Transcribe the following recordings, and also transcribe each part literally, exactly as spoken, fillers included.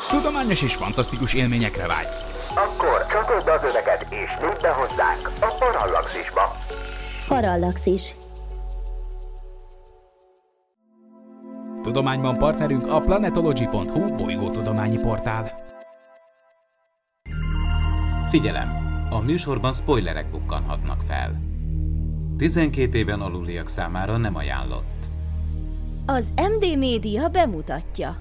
Tudományos és fantasztikus élményekre vágysz? Akkor csatold az öveket és nyudd be hozzánk a Parallaxisba. Parallaxis. Tudományban partnerünk a planetology pont hu bolygótudományi portál. Figyelem! A műsorban spoilerek bukkanhatnak fel. tizenkét éven aluliak számára nem ajánlott. Az em dé Média bemutatja.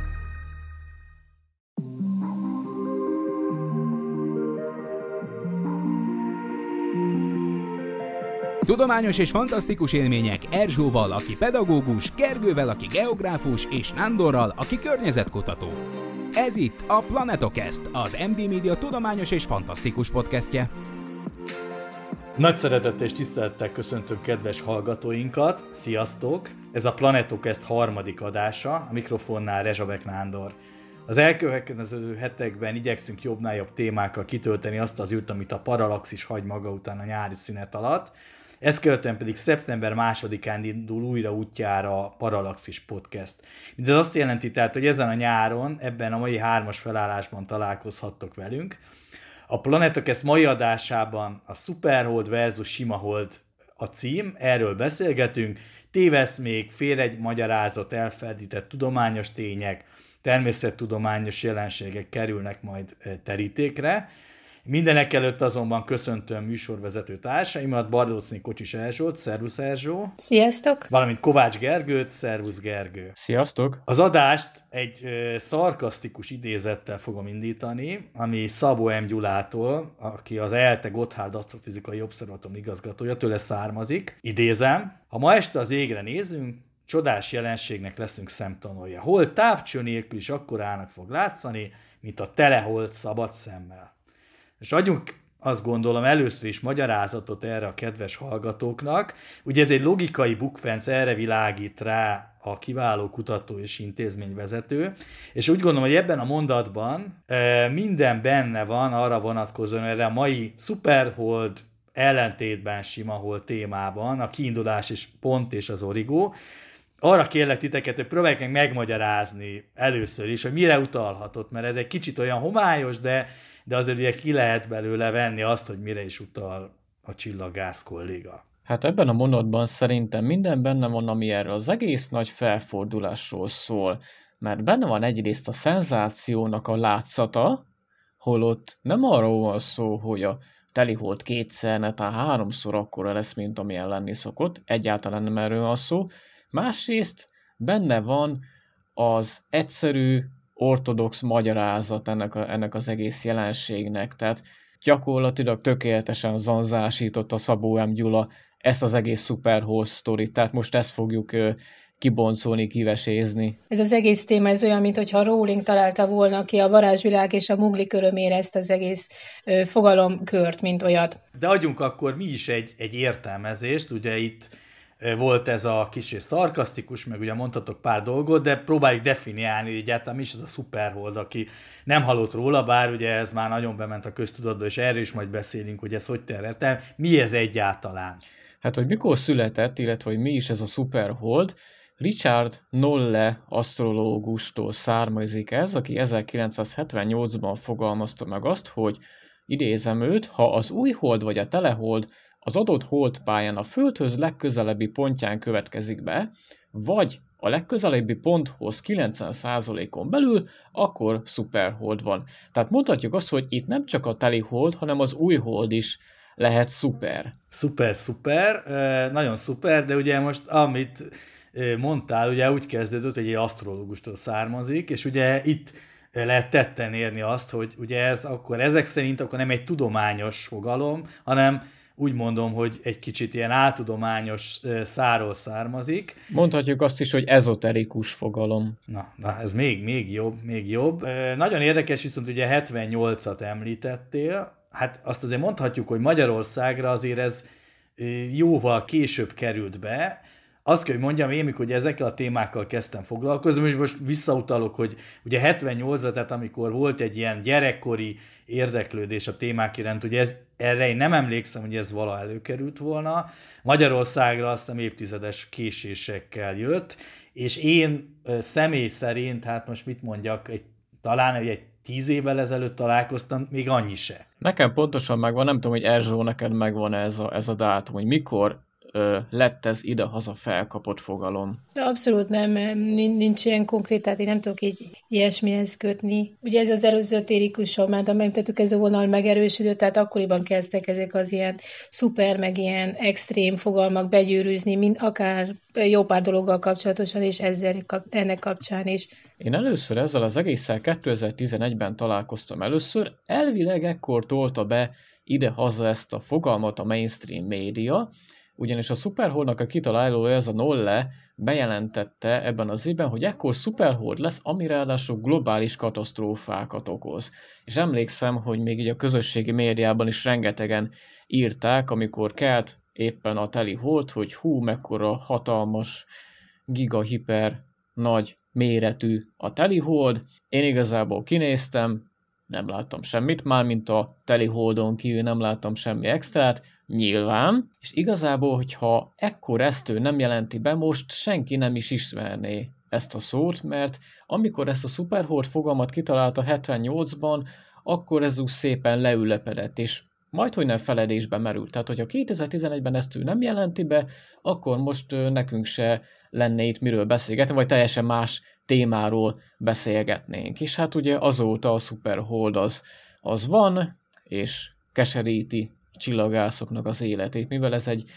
Tudományos és fantasztikus élmények Erzsóval, aki pedagógus, Gergővel, aki geográfus, és Nándorral, aki környezetkutató. Ez itt a Planetocast, az em dé Média tudományos és fantasztikus podcastje. Nagy szeretettel és tisztelettel köszöntöm kedves hallgatóinkat, sziasztok! Ez a Planetocast harmadik adása, a mikrofonnál Rezsabek Nándor. Az elkövetkező hetekben igyekszünk jobbnál jobb témákkal kitölteni azt az űrt, amit a Parallaxis hagy maga után a nyári szünet alatt. Ezt követően pedig szeptember másodikán indul újra útjára a Parallaxis Podcast. Mindez azt jelenti tehát, hogy ezen a nyáron, ebben a mai hármas felállásban találkozhattok velünk. A Planetocast mai adásában a Superhold versus Simahold a cím, erről beszélgetünk, téveszmék, félremagyarázott, elferdített tudományos tények, természettudományos jelenségek kerülnek majd terítékre. Mindenekelőtt azonban köszöntöm műsorvezető társaimat, Bardóczné Kocsis Erzsót, szervusz Erzsó! Sziasztok! Valamint Kovács Gergőt, szervusz Gergő! Sziasztok! Az adást egy ö, szarkasztikus idézettel fogom indítani, ami Szabó M. Gyulától, aki az ELTE Gotthard Asztrofizikai Obszervatórium igazgatója, tőle származik. Idézem: ha ma este az égre nézünk, csodás jelenségnek leszünk szemtanúja. Hold távcső nélkül is akkorának fog látszani, mint a telehold szabad szemmel. És adjunk, azt gondolom, először is magyarázatot erre a kedves hallgatóknak. Ugye ez egy logikai bukfenc, erre világít rá a kiváló kutató és intézményvezető, és úgy gondolom, hogy ebben a mondatban minden benne van arra vonatkozóan, erre a mai Superhold ellentétben Simahold témában, a kiindulás és pont és az origó. Arra kérlek titeket, hogy próbáljuk meg megmagyarázni először is, hogy mire utalhatott, mert ez egy kicsit olyan homályos, de, de azért ugye ki lehet belőle venni azt, hogy mire is utal a csillaggász kolléga. Hát ebben a mondatban szerintem minden benne van, ami erről az egész nagy felfordulásról szól, mert benne van egyrészt a szenzációnak a látszata, holott nem arról van szó, hogy a telihold kétszer, netán háromszor akkora lesz, mint amilyen lenni szokott, egyáltalán nem erről van szó. Másrészt benne van az egyszerű, ortodox magyarázat ennek, a, ennek az egész jelenségnek, tehát gyakorlatilag tökéletesen zanzásított a Szabó M. Gyula ezt az egész Superhold sztorit, tehát most ezt fogjuk ö, kiboncolni, kivesézni. Ez az egész téma, ez olyan, mintha Rowling találta volna ki a varázsvilág és a Mugli körömére ezt az egész ö, fogalomkört, mint olyat. De adjunk akkor mi is egy, egy értelmezést, ugye itt volt ez a kis és szarkasztikus, meg ugye mondhatok pár dolgot, de próbáljuk definiálni, hogy egyáltalán mi is az a Superhold, aki nem hallott róla, bár ugye ez már nagyon bement a köztudatba, és erről is majd beszélünk, hogy ez hogy terjedtem. Mi ez egyáltalán? Hát, hogy mikor született, illetve hogy mi is ez a Superhold, Richard Nolle asztrológustól származik ez, aki ezerkilencszázhetvennyolcban fogalmazta meg azt, hogy idézem őt, ha az új hold vagy a telehold az adott holdpályán a Földhöz legközelebbi pontján következik be, vagy a legközelebbi ponthoz kilencven százalékon belül, akkor szuperhold van. Tehát mondhatjuk azt, hogy itt nem csak a teli hold, hanem az új hold is lehet szuper. Szuper, szuper, nagyon szuper, de ugye most amit mondtál, ugye úgy kezdődött, hogy egy asztrológustól származik, és ugye itt lehet tetten érni azt, hogy ugye ez akkor ezek szerint akkor nem egy tudományos fogalom, hanem úgy mondom, hogy egy kicsit ilyen áltudományos száról származik. Mondhatjuk azt is, hogy ezoterikus fogalom. Na, na ez még, még jobb, még jobb. E, nagyon érdekes, viszont ugye hetvennyolcat említettél. Hát azt azért mondhatjuk, hogy Magyarországra azért ez jóval később került be. Azt kell, hogy mondjam én, mikor ezekkel a témákkal kezdtem foglalkozni, és most visszautalok, hogy ugye hetvennyolcban, tehát amikor volt egy ilyen gyerekkori érdeklődés a témák iránt, ugye ez, erre én nem emlékszem, hogy ez vala előkerült volna. Magyarországra azt hiszem évtizedes késésekkel jött, és én személy szerint, hát most mit mondjak, egy talán egy tíz évvel ezelőtt találkoztam, még annyi se. Nekem pontosan megvan, nem tudom, hogy Erzsó, neked megvan ez a, ez a dátum, hogy mikor ö, lett ez ide-haza felkapott fogalom. De abszolút nem, nincs ilyen konkrét, tehát én nem tudok így ilyesmihez kötni. Ugye ez az erőzőtérikuson ment, említettük, ez a vonal megerősödött, tehát akkoriban kezdtek ezek az ilyen szuper, meg ilyen extrém fogalmak begyűrűzni, mint akár jó pár dologgal kapcsolatosan, és ezzel, ennek kapcsán is. Én először ezzel az egésszel kétezer-tizenegyben találkoztam először, elvileg ekkor tolta be ide-haza ezt a fogalmat a mainstream média, ugyanis a Superholdnak a kitalálója, ez a Nolle, bejelentette ebben az évben, hogy ekkor Superhold lesz, ami ráadásul globális katasztrófákat okoz. És emlékszem, hogy még így a közösségi médiában is rengetegen írták, amikor kelt éppen a teli hold, hogy hú, mekkora hatalmas, gigahiper nagy méretű a teli hold. Én igazából kinéztem, nem láttam semmit, mármint a teli holdon kívül nem láttam semmi extrát, nyilván, és igazából, hogyha ekkor ezt ő nem jelenti be, most senki nem is ismerné ezt a szót, mert amikor ezt a Superhold fogalmat kitalálta hetvennyolcban, akkor ez úgy szépen leülepedett, és majdhogy nem feledésbe merült. Tehát, hogyha kétezer-tizenegyben ezt ő nem jelenti be, akkor most nekünk se lenne itt miről beszélgetni, vagy teljesen más témáról beszélgetnénk. És hát ugye azóta a Superhold az, az van, és keseríti csillagászoknak az életét, mivel ez egy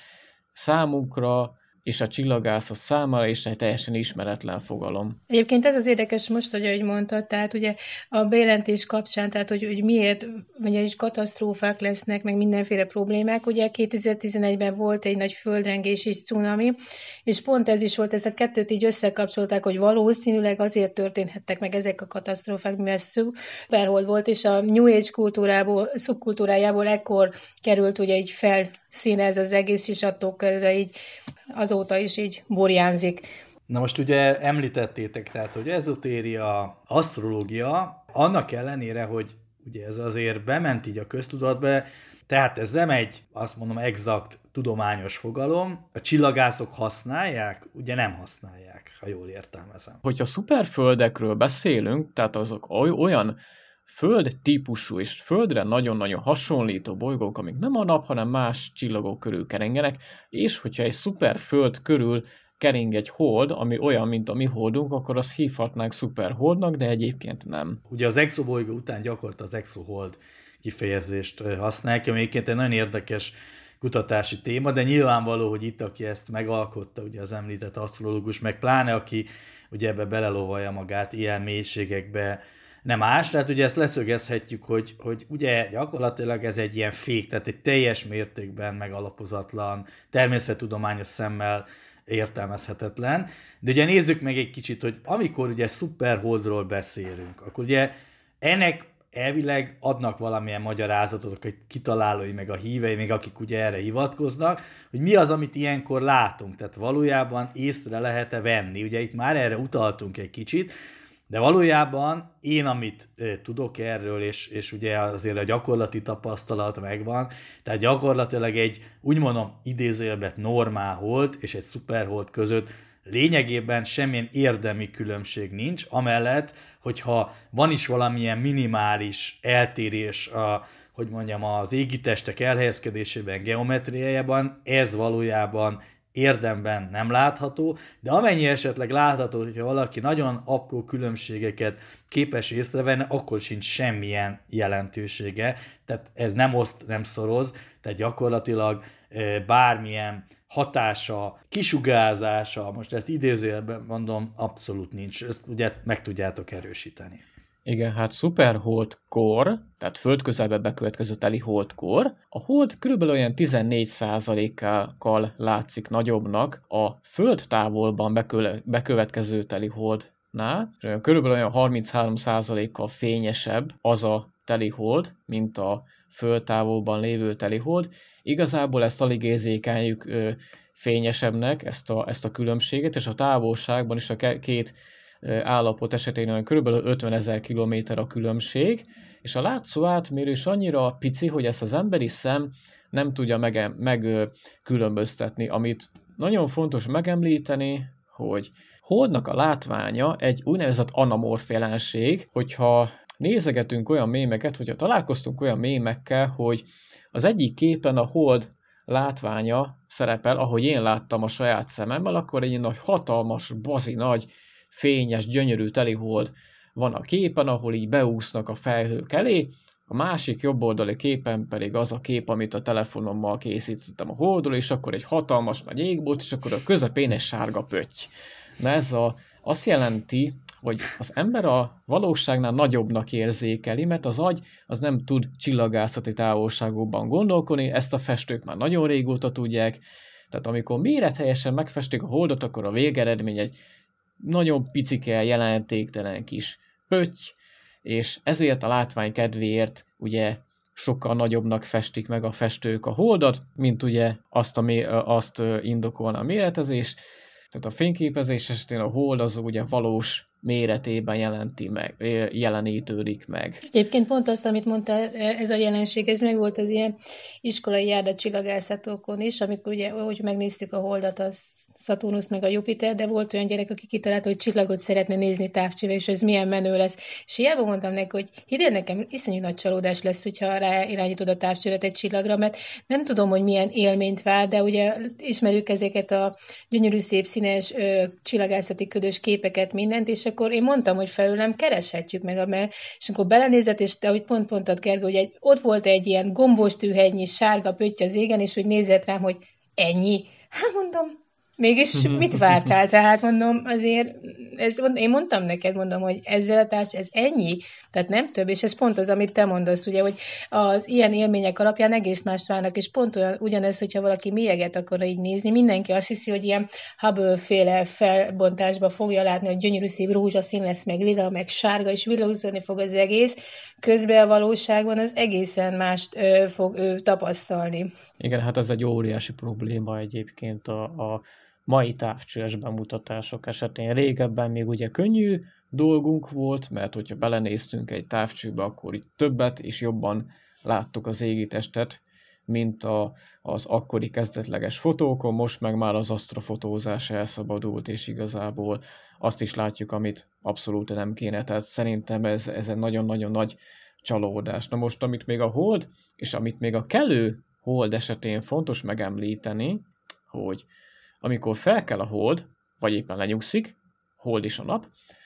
számunkra és a csillagászat számára is egy teljesen ismeretlen fogalom. Egyébként ez az érdekes most, hogy ahogy mondtad, tehát ugye a bejelentés kapcsán, tehát hogy, hogy miért, vagy egy katasztrófák lesznek, meg mindenféle problémák, ugye kétezer-tizenegyben volt egy nagy földrengés és cunami, és pont ez is volt, ezt a kettőt így összekapcsolták, hogy valószínűleg azért történhettek meg ezek a katasztrófák, mivel Superhold volt, és a New Age kultúrából, szubkultúrájából ekkor került ugye így felszíne ez az egész, és attól kezdve így azóta is így burjánzik. Na most ugye említettétek, tehát, hogy ezotéria, asztrológia, annak ellenére, hogy ugye ez azért bement így a köztudatba, tehát ez nem egy, azt mondom, exakt tudományos fogalom, a csillagászok használják, ugye nem használják, ha jól értelmezem. Hogyha szuperföldekről beszélünk, tehát azok olyan föld típusú és földre nagyon-nagyon hasonlító bolygók, amik nem a nap, hanem más csillagok körül kerengenek, és hogyha egy szuperföld körül kering egy hold, ami olyan, mint a mi holdunk, akkor azt hívhatnánk szuperholdnak, de egyébként nem. Ugye az exobolygó után gyakorlatilag az exohold kifejezést használják, ami egyébként egy nagyon érdekes kutatási téma, de nyilvánvaló, hogy itt, aki ezt megalkotta, ugye az említett asztrológus, meg pláne, aki ugye ebbe belelovalja magát ilyen mélységekbe, nem más, tehát ugye ezt leszögezhetjük, hogy, hogy ugye gyakorlatilag ez egy ilyen fék, tehát egy teljes mértékben megalapozatlan, természettudományos szemmel értelmezhetetlen. De ugye nézzük meg egy kicsit, hogy amikor ugye Superholdról beszélünk, akkor ugye ennek elvileg adnak valamilyen magyarázatot, a kitalálói, meg a hívei, még akik ugye erre hivatkoznak, hogy mi az, amit ilyenkor látunk, tehát valójában észre lehet-e venni. Ugye itt már erre utaltunk egy kicsit, de valójában én, amit tudok erről, és, és ugye azért a gyakorlati tapasztalat megvan, tehát gyakorlatilag egy, úgy mondom, idézőjelben normál hold és egy szuperhold között lényegében semmilyen érdemi különbség nincs, amellett, hogyha van is valamilyen minimális eltérés a, hogy mondjam, az égitestek elhelyezkedésében, geometriájában, ez valójában érdemben nem látható, de amennyi esetleg látható, hogyha valaki nagyon apró különbségeket képes észrevenni, akkor sincs semmilyen jelentősége, tehát ez nem oszt, nem szoroz, tehát gyakorlatilag bármilyen hatása, kisugárzása, most ezt idézőjelben mondom, abszolút nincs, ezt ugye meg tudjátok erősíteni. Igen, hát szuperholdkor, tehát földközelbe bekövetkező teli holdkor, a hold körülbelül olyan tizennégy százalékkal látszik nagyobbnak a föld távolban bekö- bekövetkező teli holdnál, és olyan körülbelül olyan harminchárom százalékkal fényesebb az a teli hold, mint a föld távolban lévő teli hold. Igazából ezt alig érzékeljük ö, fényesebbnek, ezt a, ezt a különbséget, és a távolságban is a két állapot esetén olyan körülbelül ötvenezer kilométer a különbség, és a látszó átmérés annyira pici, hogy ezt az emberi szem nem tudja megkülönböztetni, meg, amit nagyon fontos megemlíteni, hogy Holdnak a látványa egy úgynevezett anamorf jelenség, hogyha nézegetünk olyan mémeket, hogyha találkoztunk olyan mémekkel, hogy az egyik képen a hold látványa szerepel, ahogy én láttam a saját szememmel, akkor egy nagy hatalmas, bazi nagy, fényes, gyönyörű telihold van a képen, ahol így beúsznak a felhők elé, a másik jobboldali képen pedig az a kép, amit a telefonommal készítettem a holdról, és akkor egy hatalmas nagy égbolt, és akkor a közepén egy sárga pötty. Na ez a, azt jelenti, hogy az ember a valóságnál nagyobbnak érzékeli, mert az agy az nem tud csillagászati távolságokban gondolkodni, ezt a festők már nagyon régóta tudják, tehát amikor mérethelyesen megfestik a holdot, akkor a végeredmény egy nagyon picike, jelentéktelen kis pötty, és ezért a látvány kedvéért ugye sokkal nagyobbnak festik meg a festők a holdat, mint ugye azt, a mé- azt indokolna a méretezés. Tehát a fényképezés esetén a hold az ugye valós méretében jelenti meg, jelenítődik meg. Egyébként pont azt, amit mondtál, ez a jelenség, ez meg volt az ilyen iskolai járda csillagászatokon is, amikor ugye, hogy megnéztük a holdat, a Szaturnusz meg a Jupiter, de volt olyan gyerek, aki kitalálta, hogy csillagot szeretne nézni távcsővel, és ez milyen menő lesz. És hiába mondtam neki, hogy hidd el nekem, iszonyú nagy csalódás lesz, hogyha rá irányítod a távcsövet egy csillagra, mert nem tudom, hogy milyen élményt vár, de ugye ismerjük ezeket a gyönyörű, szép, színes ö, csillagászati ködös képeket, mindent, és akkor én mondtam, hogy felőlem kereshetjük meg, mert, és akkor belenézett, és te, ahogy pont mondtad, Gergő, hogy egy, ott volt egy ilyen gombos tűhegynyi sárga pötty az égen, és hogy nézett rám, hogy ennyi. Hát mondom, mégis mit vártál? Tehát mondom, azért, ez, én mondtam neked, mondom, hogy ezzel a társ, ez ennyi, tehát nem több, és ez pont az, amit te mondasz, ugye, hogy az ilyen élmények alapján egész mást várnak, és pont olyan, ugyanez, hogyha valaki mélyeget akar így nézni, mindenki azt hiszi, hogy ilyen Hubble-féle felbontásba fogja látni, hogy gyönyörű szép rózsaszín lesz, meg lila, meg sárga, és villogzani fog az egész, közben a valóságban az egészen mást ö, fog ő tapasztalni. Igen, hát ez egy óriási probléma egyébként a, a mai távcsőves bemutatások esetén. Régebben még ugye könnyű dolgunk volt, mert hogyha belenéztünk egy távcsőbe, akkor itt többet és jobban láttuk az égitestet, mint a, az akkori kezdetleges fotókon, most meg már az asztrofotózás elszabadult, és igazából azt is látjuk, amit abszolút nem kéne. Tehát szerintem ez, ez egy nagyon-nagyon nagy csalódás. Na most, amit még a hold, és amit még a kelő hold esetén fontos megemlíteni, hogy amikor felkel a hold, vagy éppen lenyugszik, hold és a nap,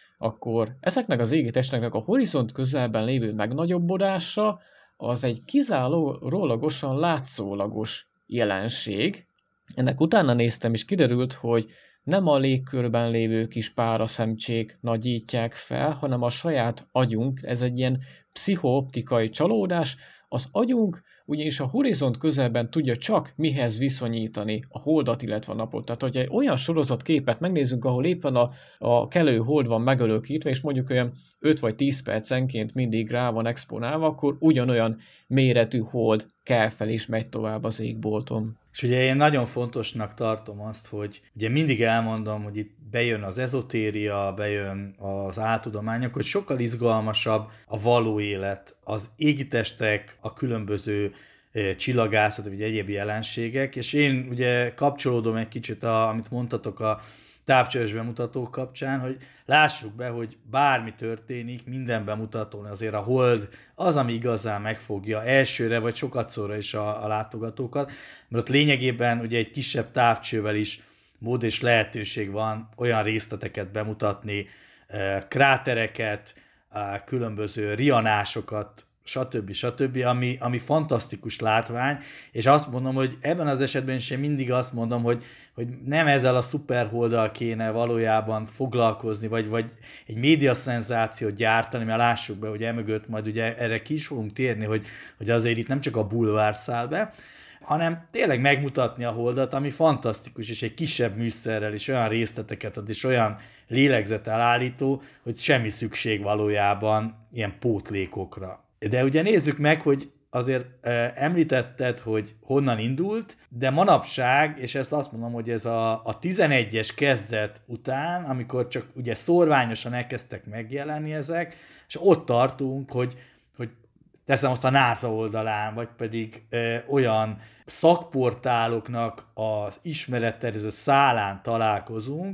akkor ezeknek az égitesteknek a horizont közelben lévő megnagyobbodása az egy kizárólagosan látszólagos jelenség. Ennek utána néztem, és kiderült, hogy nem a légkörben lévő kis páraszemcsék nagyítják fel, hanem a saját agyunk, ez egy ilyen pszichooptikai csalódás, az agyunk ugyanis a horizont közelben tudja csak mihez viszonyítani a holdat, illetve a napot. Tehát, hogyha egy olyan sorozatképet megnézzünk, ahol éppen a, a kelő hold van megölökítve, és mondjuk olyan öt vagy tíz percenként mindig rá van exponálva, akkor ugyanolyan méretű hold kell fel és megy tovább az égbolton. És ugye én nagyon fontosnak tartom azt, hogy ugye mindig elmondom, hogy itt bejön az ezotéria, bejön az áltudományok, hogy sokkal izgalmasabb a való élet, az égitestek, a különböző csillagászat, vagy egyéb jelenségek, és én ugye kapcsolódom egy kicsit, a, amit mondtatok a távcsöves bemutatók kapcsán, hogy lássuk be, hogy bármi történik, minden bemutatón azért a hold az, ami igazán megfogja elsőre, vagy sokatszorra is a, a látogatókat, mert ott lényegében ugye egy kisebb távcsővel is mód és lehetőség van olyan részleteket bemutatni, krátereket, különböző rianásokat, stb. stb., ami, ami fantasztikus látvány, és azt mondom, hogy ebben az esetben is én mindig azt mondom, hogy, hogy nem ezzel a szuperholddal kéne valójában foglalkozni, vagy, vagy egy médiaszenzációt gyártani, mert lássuk be, hogy emögött majd ugye erre ki is fogunk térni, hogy, hogy azért itt nem csak a bulvár száll be, hanem tényleg megmutatni a holdat, ami fantasztikus, és egy kisebb műszerrel is olyan részleteket ad, és olyan lélegzetelállító, hogy semmi szükség valójában ilyen pótlékokra. De ugye nézzük meg, hogy azért e, említetted, hogy honnan indult, de manapság, és ezt azt mondom, hogy ez a, a tizenegyes kezdet után, amikor csak ugye szórványosan elkezdtek megjelenni ezek, és ott tartunk, hogy, hogy teszem azt a NASA oldalán, vagy pedig e, olyan szakportáloknak az ismeretterjesztő szálán találkozunk,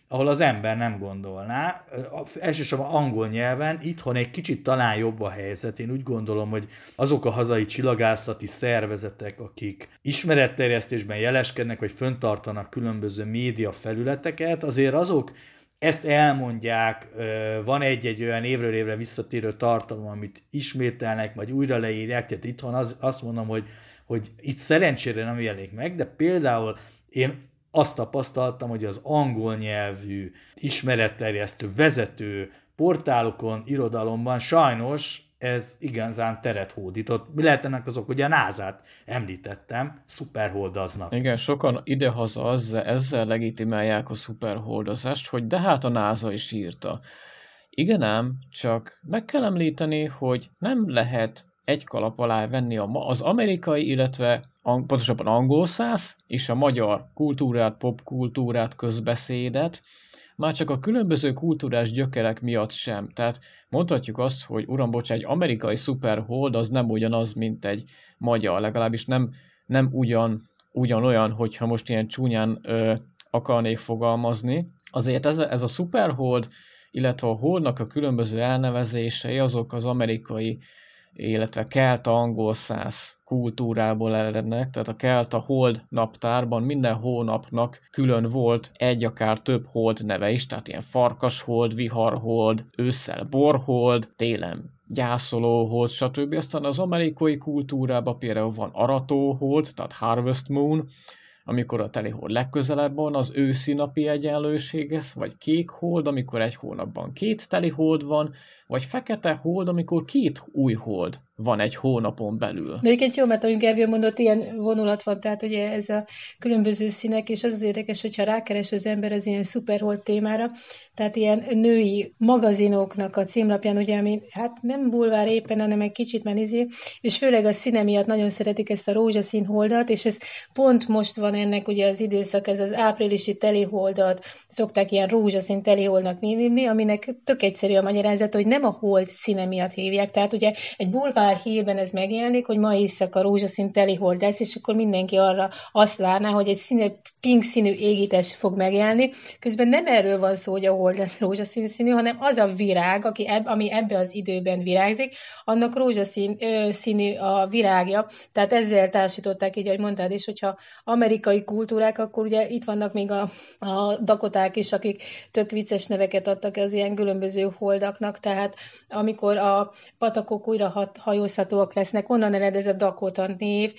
ahol az ember nem gondolná. Elsősorban angol nyelven, itthon egy kicsit talán jobb a helyzet. Én úgy gondolom, hogy azok a hazai csillagászati szervezetek, akik ismeretterjesztésben jeleskednek, vagy föntartanak különböző média felületeket, azért azok ezt elmondják, van egy-egy olyan évről évre visszatérő tartalom, amit ismételnek, vagy újra leírják, tehát itthon az, azt mondom, hogy, hogy itt szerencsére nem jelenik meg, de például én azt tapasztaltam, hogy az angol nyelvű, ismeretterjesztő, vezető portálokon, irodalomban sajnos ez igazán teret hódított. Mi lehetnek azok, ugye a názát említettem, szuperholdaznak. Igen, sokan idehaza ezzel, ezzel legitimálják a szuperholdazást, hogy de hát a NASA is írta. Igen ám, csak meg kell említeni, hogy nem lehet egy kalap alá venni az amerikai, illetve pontosabban angol száz és a magyar kultúrát, popkultúrát, közbeszédet, már csak a különböző kultúrás gyökerek miatt sem. Tehát mondhatjuk azt, hogy uram, bocsánat, egy amerikai szuperhold az nem ugyanaz, mint egy magyar, legalábbis nem, nem ugyan, ugyanolyan, hogyha most ilyen csúnyán ö, akarnék fogalmazni. Azért ez a, ez a szuperhold, illetve a holdnak a különböző elnevezései, azok az amerikai, illetve kelta angol száz kultúrából erednek, tehát a kelta hold naptárban minden hónapnak külön volt egy, akár több hold neve is, tehát ilyen farkashold, viharhold, ősszel borhold, télen gyászolóhold, stb. Aztán az amerikai kultúrában például van aratóhold, tehát harvest moon, amikor a teli hold legközelebb van, az őszi napi egyenlőséghez, vagy kék hold, amikor egy hónapban két teli hold van, vagy fekete hold, amikor két új hold van egy hónapon belül. De egyébként jó, mert ahogy Gergő mondott, ilyen vonulat van, tehát ugye ez a különböző színek, és az az érdekes, hogyha rákeres az ember az ilyen szuperhold témára, tehát ilyen női magazinoknak a címlapján, ugye, ami hát nem bulvár éppen, hanem egy kicsit már izé, és főleg a színe miatt nagyon szeretik ezt a rózsaszín holdat, és ez pont most van ennek ugye az időszak, ez az áprilisi teliholdat, szokták ilyen rózsaszín teliholdnak hívni, aminek tök egyszerű a magyarázat, hogy nem a hold színe miatt hívják, tehát ugye egy bulvár hírben ez megjelenik, hogy ma éjszaka rózsaszín telihold lesz, és akkor mindenki arra azt várná, hogy egy színe, pink színű égítés fog megjelenni. Közben nem erről van szó, hogy a hold lesz rózsaszín színű, hanem az a virág, aki eb, ami ebbe az időben virágzik, annak rózsaszín ö, színű a virágja. Tehát ezzel társították így, ahogy mondtad, és hogyha amerikai kultúrák, akkor ugye itt vannak még a, a dakoták is, akik tök vicces neveket adtak az ilyen különböző holdaknak, tehát amikor a patakok újra hat, hajózhatóak lesznek, onnan ered ez a Dakota név,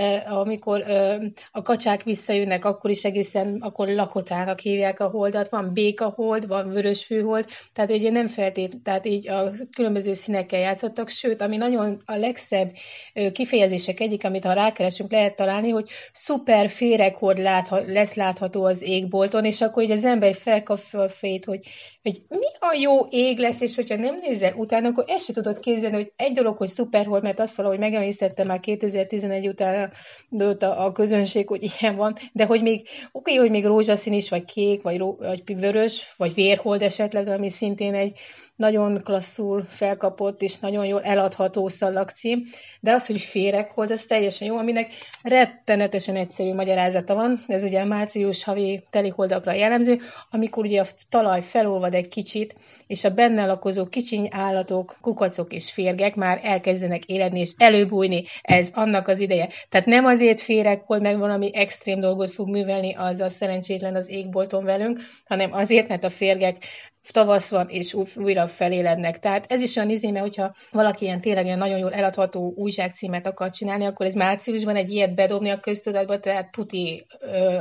amikor a kacsák visszajönnek, akkor is egészen, akkor Lakotának hívják a holdat, van békahold, van vörösfűhold, tehát ugye nem feltét, tehát így a különböző színekkel játszottak, sőt, ami nagyon a legszebb kifejezések egyik, amit ha rákeresünk, lehet találni, hogy szuper féreghold látha, lesz látható az égbolton, és akkor így az ember felkap fel a fejét, hogy, hogy mi a jó ég lesz, és hogyha nem nézel utána, akkor ezt se tudod képzelni, hogy egy dolog, hogy szuperhold, mert azt valahogy megemésztette már kétezer-tizenegy után a, a közönség, hogy ilyen van, de hogy még, oké, okay, hogy még rózsaszín is, vagy kék, vagy, ró, vagy vörös, vagy vérhold esetleg, ami szintén egy nagyon klasszul felkapott és nagyon jól eladható szalagcím, de az, hogy féreghold, az teljesen jó, aminek rettenetesen egyszerű magyarázata van, ez ugye a március havi teliholdakra jellemző, amikor ugye a talaj felolvad egy kicsit, és a benne lakozó kicsiny állatok, kukacok és férgek már elkezdenek éledni és előbújni, ez annak az ideje. Tehát nem azért féreghold, meg valami extrém dolgot fog művelni az a szerencsétlen az égbolton velünk, hanem azért, mert a férgek tavasz van, és újra felélednek. Tehát ez is olyan izé, mert hogyha valaki ilyen tényleg ilyen nagyon jól eladható újságcímet akar csinálni, akkor ez márciusban egy ilyet bedobni a köztudatba, tehát tuti ö,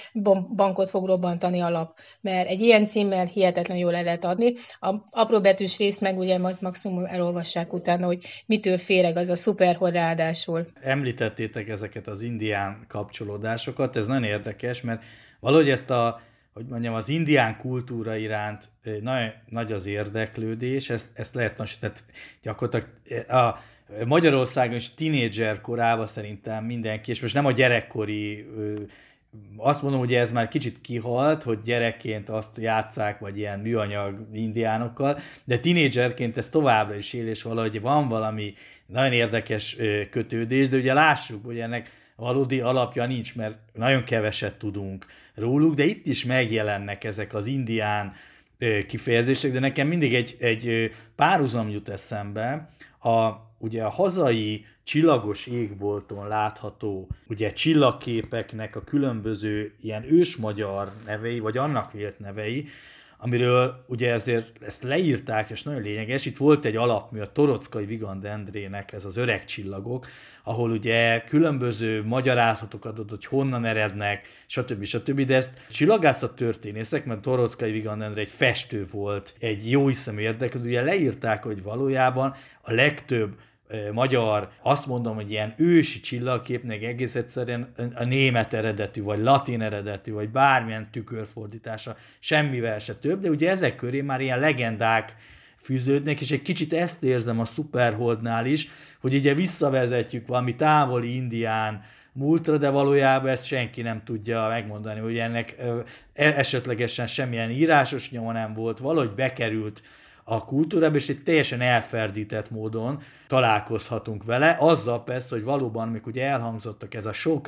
bankot fog robbantani a lap. Mert egy ilyen címmel hihetetlenül jól el lehet adni. A apróbetűs részt meg ugye majd maximum elolvassák utána, hogy mitől féreg az a szuperhold ráadásul. Említettétek ezeket az indián kapcsolódásokat, ez nagyon érdekes, mert valahogy ezt a hogy mondjam, az indián kultúra iránt nagyon nagy az érdeklődés, ezt, ezt lehet tanulni, gyakorlatilag a Magyarországon is tínédzser korában szerintem mindenki, és most nem a gyerekkori, azt mondom, hogy ez már kicsit kihalt, hogy gyerekként azt játsszák, vagy ilyen műanyag indiánokkal, de tínédzserként ez továbbra is él, és valahogy van valami nagyon érdekes kötődés, de ugye lássuk, hogy ennek valódi alapja nincs, mert nagyon keveset tudunk róluk, de itt is megjelennek ezek az indián kifejezések, de nekem mindig egy, egy párhuzam jut eszembe, a, ugye a hazai csillagos égbolton látható ugye csillagképeknek a különböző ilyen ősmagyar nevei, vagy annak vélt nevei, amiről ugye ezért ezt leírták, és nagyon lényeges. Itt volt egy alapmű, a Torockai Vigand Endrének, ez az Öreg csillagok, ahol ugye különböző magyarázatokat adott, hogy honnan erednek, stb. stb. De ezt csillagászat történészek, mert Torockai Vigand Endre egy festő volt, egy jó hiszemű érdeklődő, ugye leírták, hogy valójában a legtöbb magyar, azt mondom, hogy ilyen ősi csillagképnek egész egyszerűen a német eredetű, vagy latin eredetű, vagy bármilyen tükörfordítása, semmivel se több, de ugye ezek köré már ilyen legendák fűződnek, és egy kicsit ezt érzem a Superholdnál is, hogy ugye visszavezetjük valami távoli indián múltra, de valójában ezt senki nem tudja megmondani, hogy ennek esetlegesen semmilyen írásos nyoma nem volt, valahogy bekerült a kultúrába, és egy teljesen elferdített módon találkozhatunk vele, azzal persze, hogy valóban, amikor ugye elhangzottak ez a sok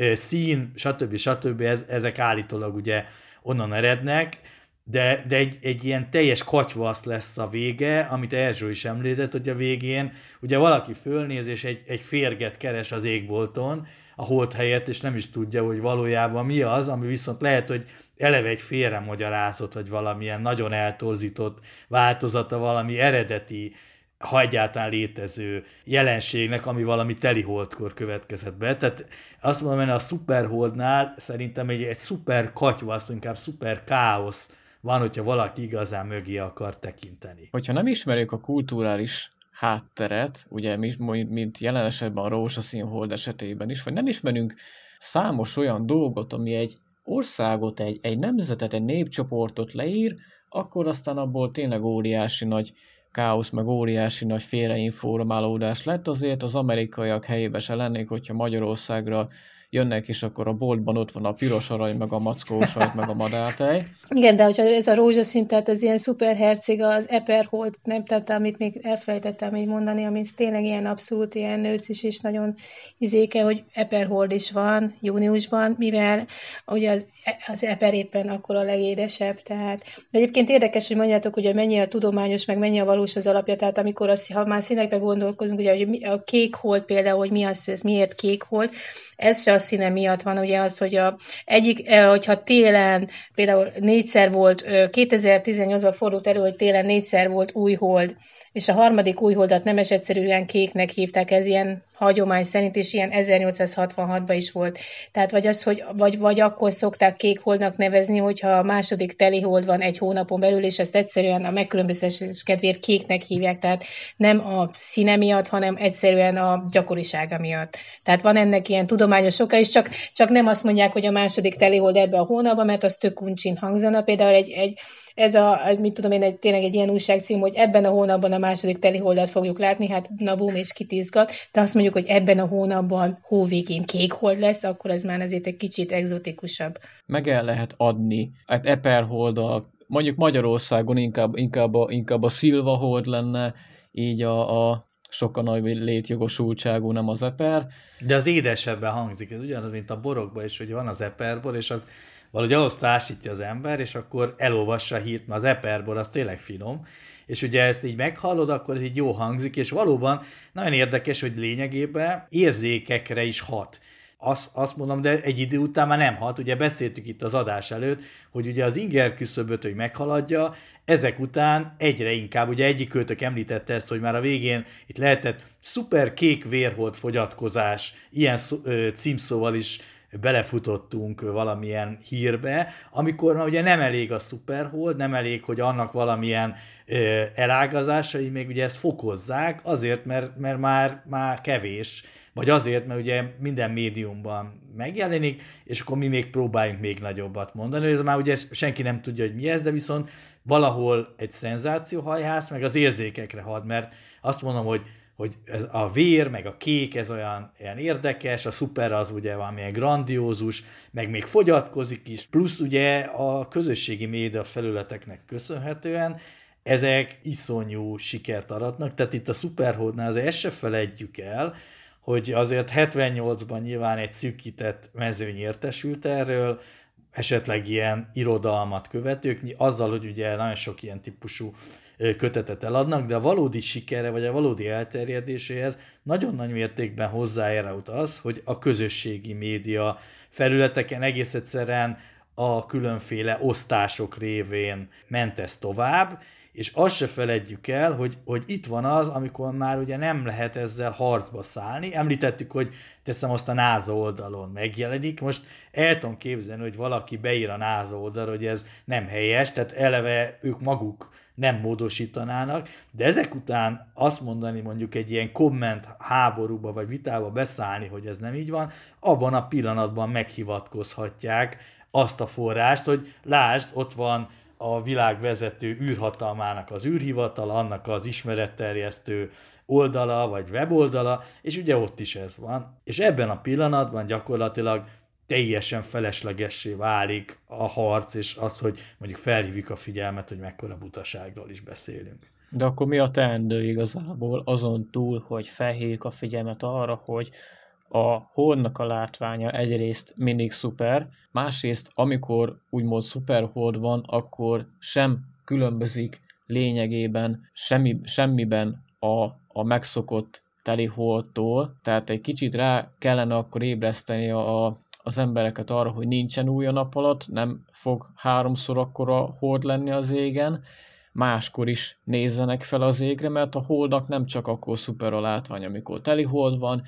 szín, stb. stb. Ez, ezek állítólag ugye onnan erednek, de, de egy, egy ilyen teljes katyvasz lesz a vége, amit Erzsó is említett, hogy a végén ugye valaki fölnéz, és egy, egy férget keres az égbolton a hold helyett, és nem is tudja, hogy valójában mi az, ami viszont lehet, hogy eleve egy félremagyarázott, vagy valamilyen nagyon eltorzított változata valami eredeti, ha egyáltalán létező jelenségnek, ami valami teliholdkor következett be. Tehát azt mondom, hogy a Superholdnál szerintem egy, egy szuper katyvasz, inkább szuper káosz van, hogyha valaki igazán mögé akar tekinteni. Hogyha nem ismerjük a kulturális hátteret, ugye mint jelen esetben a rózsaszín hold esetében is, vagy nem ismerünk számos olyan dolgot, ami egy országot, egy, egy nemzetet, egy népcsoportot leír, akkor aztán abból tényleg óriási nagy káosz, meg óriási nagy félreinformálódás lett. Azért az amerikaiak helyébe se lennék, hogyha Magyarországra jönnek, és akkor a boltban ott van a piros arany, meg a mackósajt, meg a madártej. Igen, de hogyha ez a rózsaszín, tehát ez ilyen szuperherceg, az Eperhold, nem, tehát amit még elfelejtettem így mondani, amit tényleg ilyen abszolút ilyen nőcis is nagyon izéke, hogy Eperhold is van júniusban, mivel ugye az, az Eper éppen akkor a legédesebb, tehát. De egyébként érdekes, hogy mondjátok, hogy mennyi a tudományos, meg mennyi a valós az alapja, tehát amikor az, ha már színekbe gondolkozunk, ugye, hogy a kék hold például, hogy mi az, ez miért kék hold, ez se a színe miatt van, ugye az, hogy a egyik, hogyha télen például négyszer volt, kétezer-tizennyolcban fordult elő, hogy télen négyszer volt új hold, és a harmadik új holdat nemes egyszerűen kéknek hívták, ez ilyen hagyomány szerint, és ilyen ezernyolcszázhatvanhatban is volt. Tehát vagy az, hogy vagy, vagy akkor szokták kék holdnak nevezni, hogyha a második teli hold van egy hónapon belül, és ezt egyszerűen a megkülönböztetés kedvéért kéknek hívják, tehát nem a színe miatt, hanem egyszerűen a gyakorisága miatt. Tehát van ennek ilyen tudományos oka is, csak, csak nem azt mondják, hogy a második teli hold ebbe a hónapban, mert az tök uncsin hangzana. Például egy, egy ez a, mit tudom én, egy, tényleg egy ilyen újságcím, hogy ebben a hónapban a második teliholdat fogjuk látni, hát na bum, és kitizgat, de azt mondjuk, hogy ebben a hónapban hóvégén kék hold lesz, akkor ez már azért egy kicsit egzotikusabb. Meg el lehet adni Eperholddal, mondjuk Magyarországon inkább, inkább, a, inkább a szilvahold lenne, így a, a sokkal nagy létjogosultságú, nem az Eper. De az édesebben hangzik, ez ugyanaz, mint a borokban is, hogy van az Eperbor, és az valahogy ahhoz társítja az ember, és akkor elolvassa a hírt, mert az Eperbor az tényleg finom, és ugye ezt így meghallod, akkor ez így jó hangzik, és valóban nagyon érdekes, hogy lényegében érzékekre is hat. Azt, azt mondom, de egy idő után már nem hat, ugye beszéltük itt az adás előtt, hogy ugye az inger küszöböt, hogy meghaladja, ezek után egyre inkább, ugye egyikőtök említette ezt, hogy már a végén itt lehetett szuper kék vérhold fogyatkozás, ilyen szó, ö, címszóval is belefutottunk valamilyen hírbe, amikor már ugye nem elég a Superhold, nem elég, hogy annak valamilyen ö, elágazásai, még ugye ezt fokozzák, azért, mert, mert már, már kevés, vagy azért, mert ugye minden médiumban megjelenik, és akkor mi még próbáljunk még nagyobbat mondani. Ez már ugye senki nem tudja, hogy mi ez, de viszont valahol egy szenzációhajhász, meg az érzékekre had, mert azt mondom, hogy hogy ez a vér, meg a kék, ez olyan, olyan érdekes, a szuper az ugye valamilyen grandiózus, meg még fogyatkozik is, plusz ugye a közösségi média felületeknek köszönhetően ezek iszonyú sikert aratnak, tehát itt a Superholdnál azért ezt se felejtjük el, hogy azért hetvennyolcban nyilván egy szűkített mezőny értesült erről, esetleg ilyen irodalmat követők, azzal, hogy ugye nagyon sok ilyen típusú kötetet eladnak, de a valódi sikere, vagy a valódi elterjedéséhez nagyon nagy mértékben hozzájárult az, hogy a közösségi média felületeken egész egyszerűen a különféle osztások révén ment ez tovább, és azt se feledjük el, hogy, hogy itt van az, amikor már ugye nem lehet ezzel harcba szállni. Említettük, hogy teszem azt a NASA oldalon megjelenik. Most el tudom képzelni, hogy valaki beír a NASA oldalra, hogy ez nem helyes, tehát eleve ők maguk nem módosítanának, de ezek után azt mondani mondjuk egy ilyen komment háborúba vagy vitába beszállni, hogy ez nem így van, abban a pillanatban meghivatkozhatják azt a forrást, hogy lásd, ott van a világ vezető űrhatalmának az űrhivatala, annak az ismeretterjesztő oldala vagy weboldala, és ugye ott is ez van. És ebben a pillanatban gyakorlatilag teljesen feleslegessé válik a harc, és az, hogy mondjuk felhívjuk a figyelmet, hogy mekkora butaságról is beszélünk. De akkor mi a teendő igazából azon túl, hogy felhívjuk a figyelmet arra, hogy a Holdnak a látványa egyrészt mindig szuper, másrészt amikor úgymond szuperhold van, akkor sem különbözik lényegében semmi, semmiben a, a megszokott teliholdtól, tehát egy kicsit rá kellene akkor ébreszteni a, az embereket arra, hogy nincsen új a nap alatt, nem fog háromszor akkora hold lenni az égen, máskor is nézzenek fel az égre, mert a holdnak nem csak akkor szuper a látvány, amikor telihold van.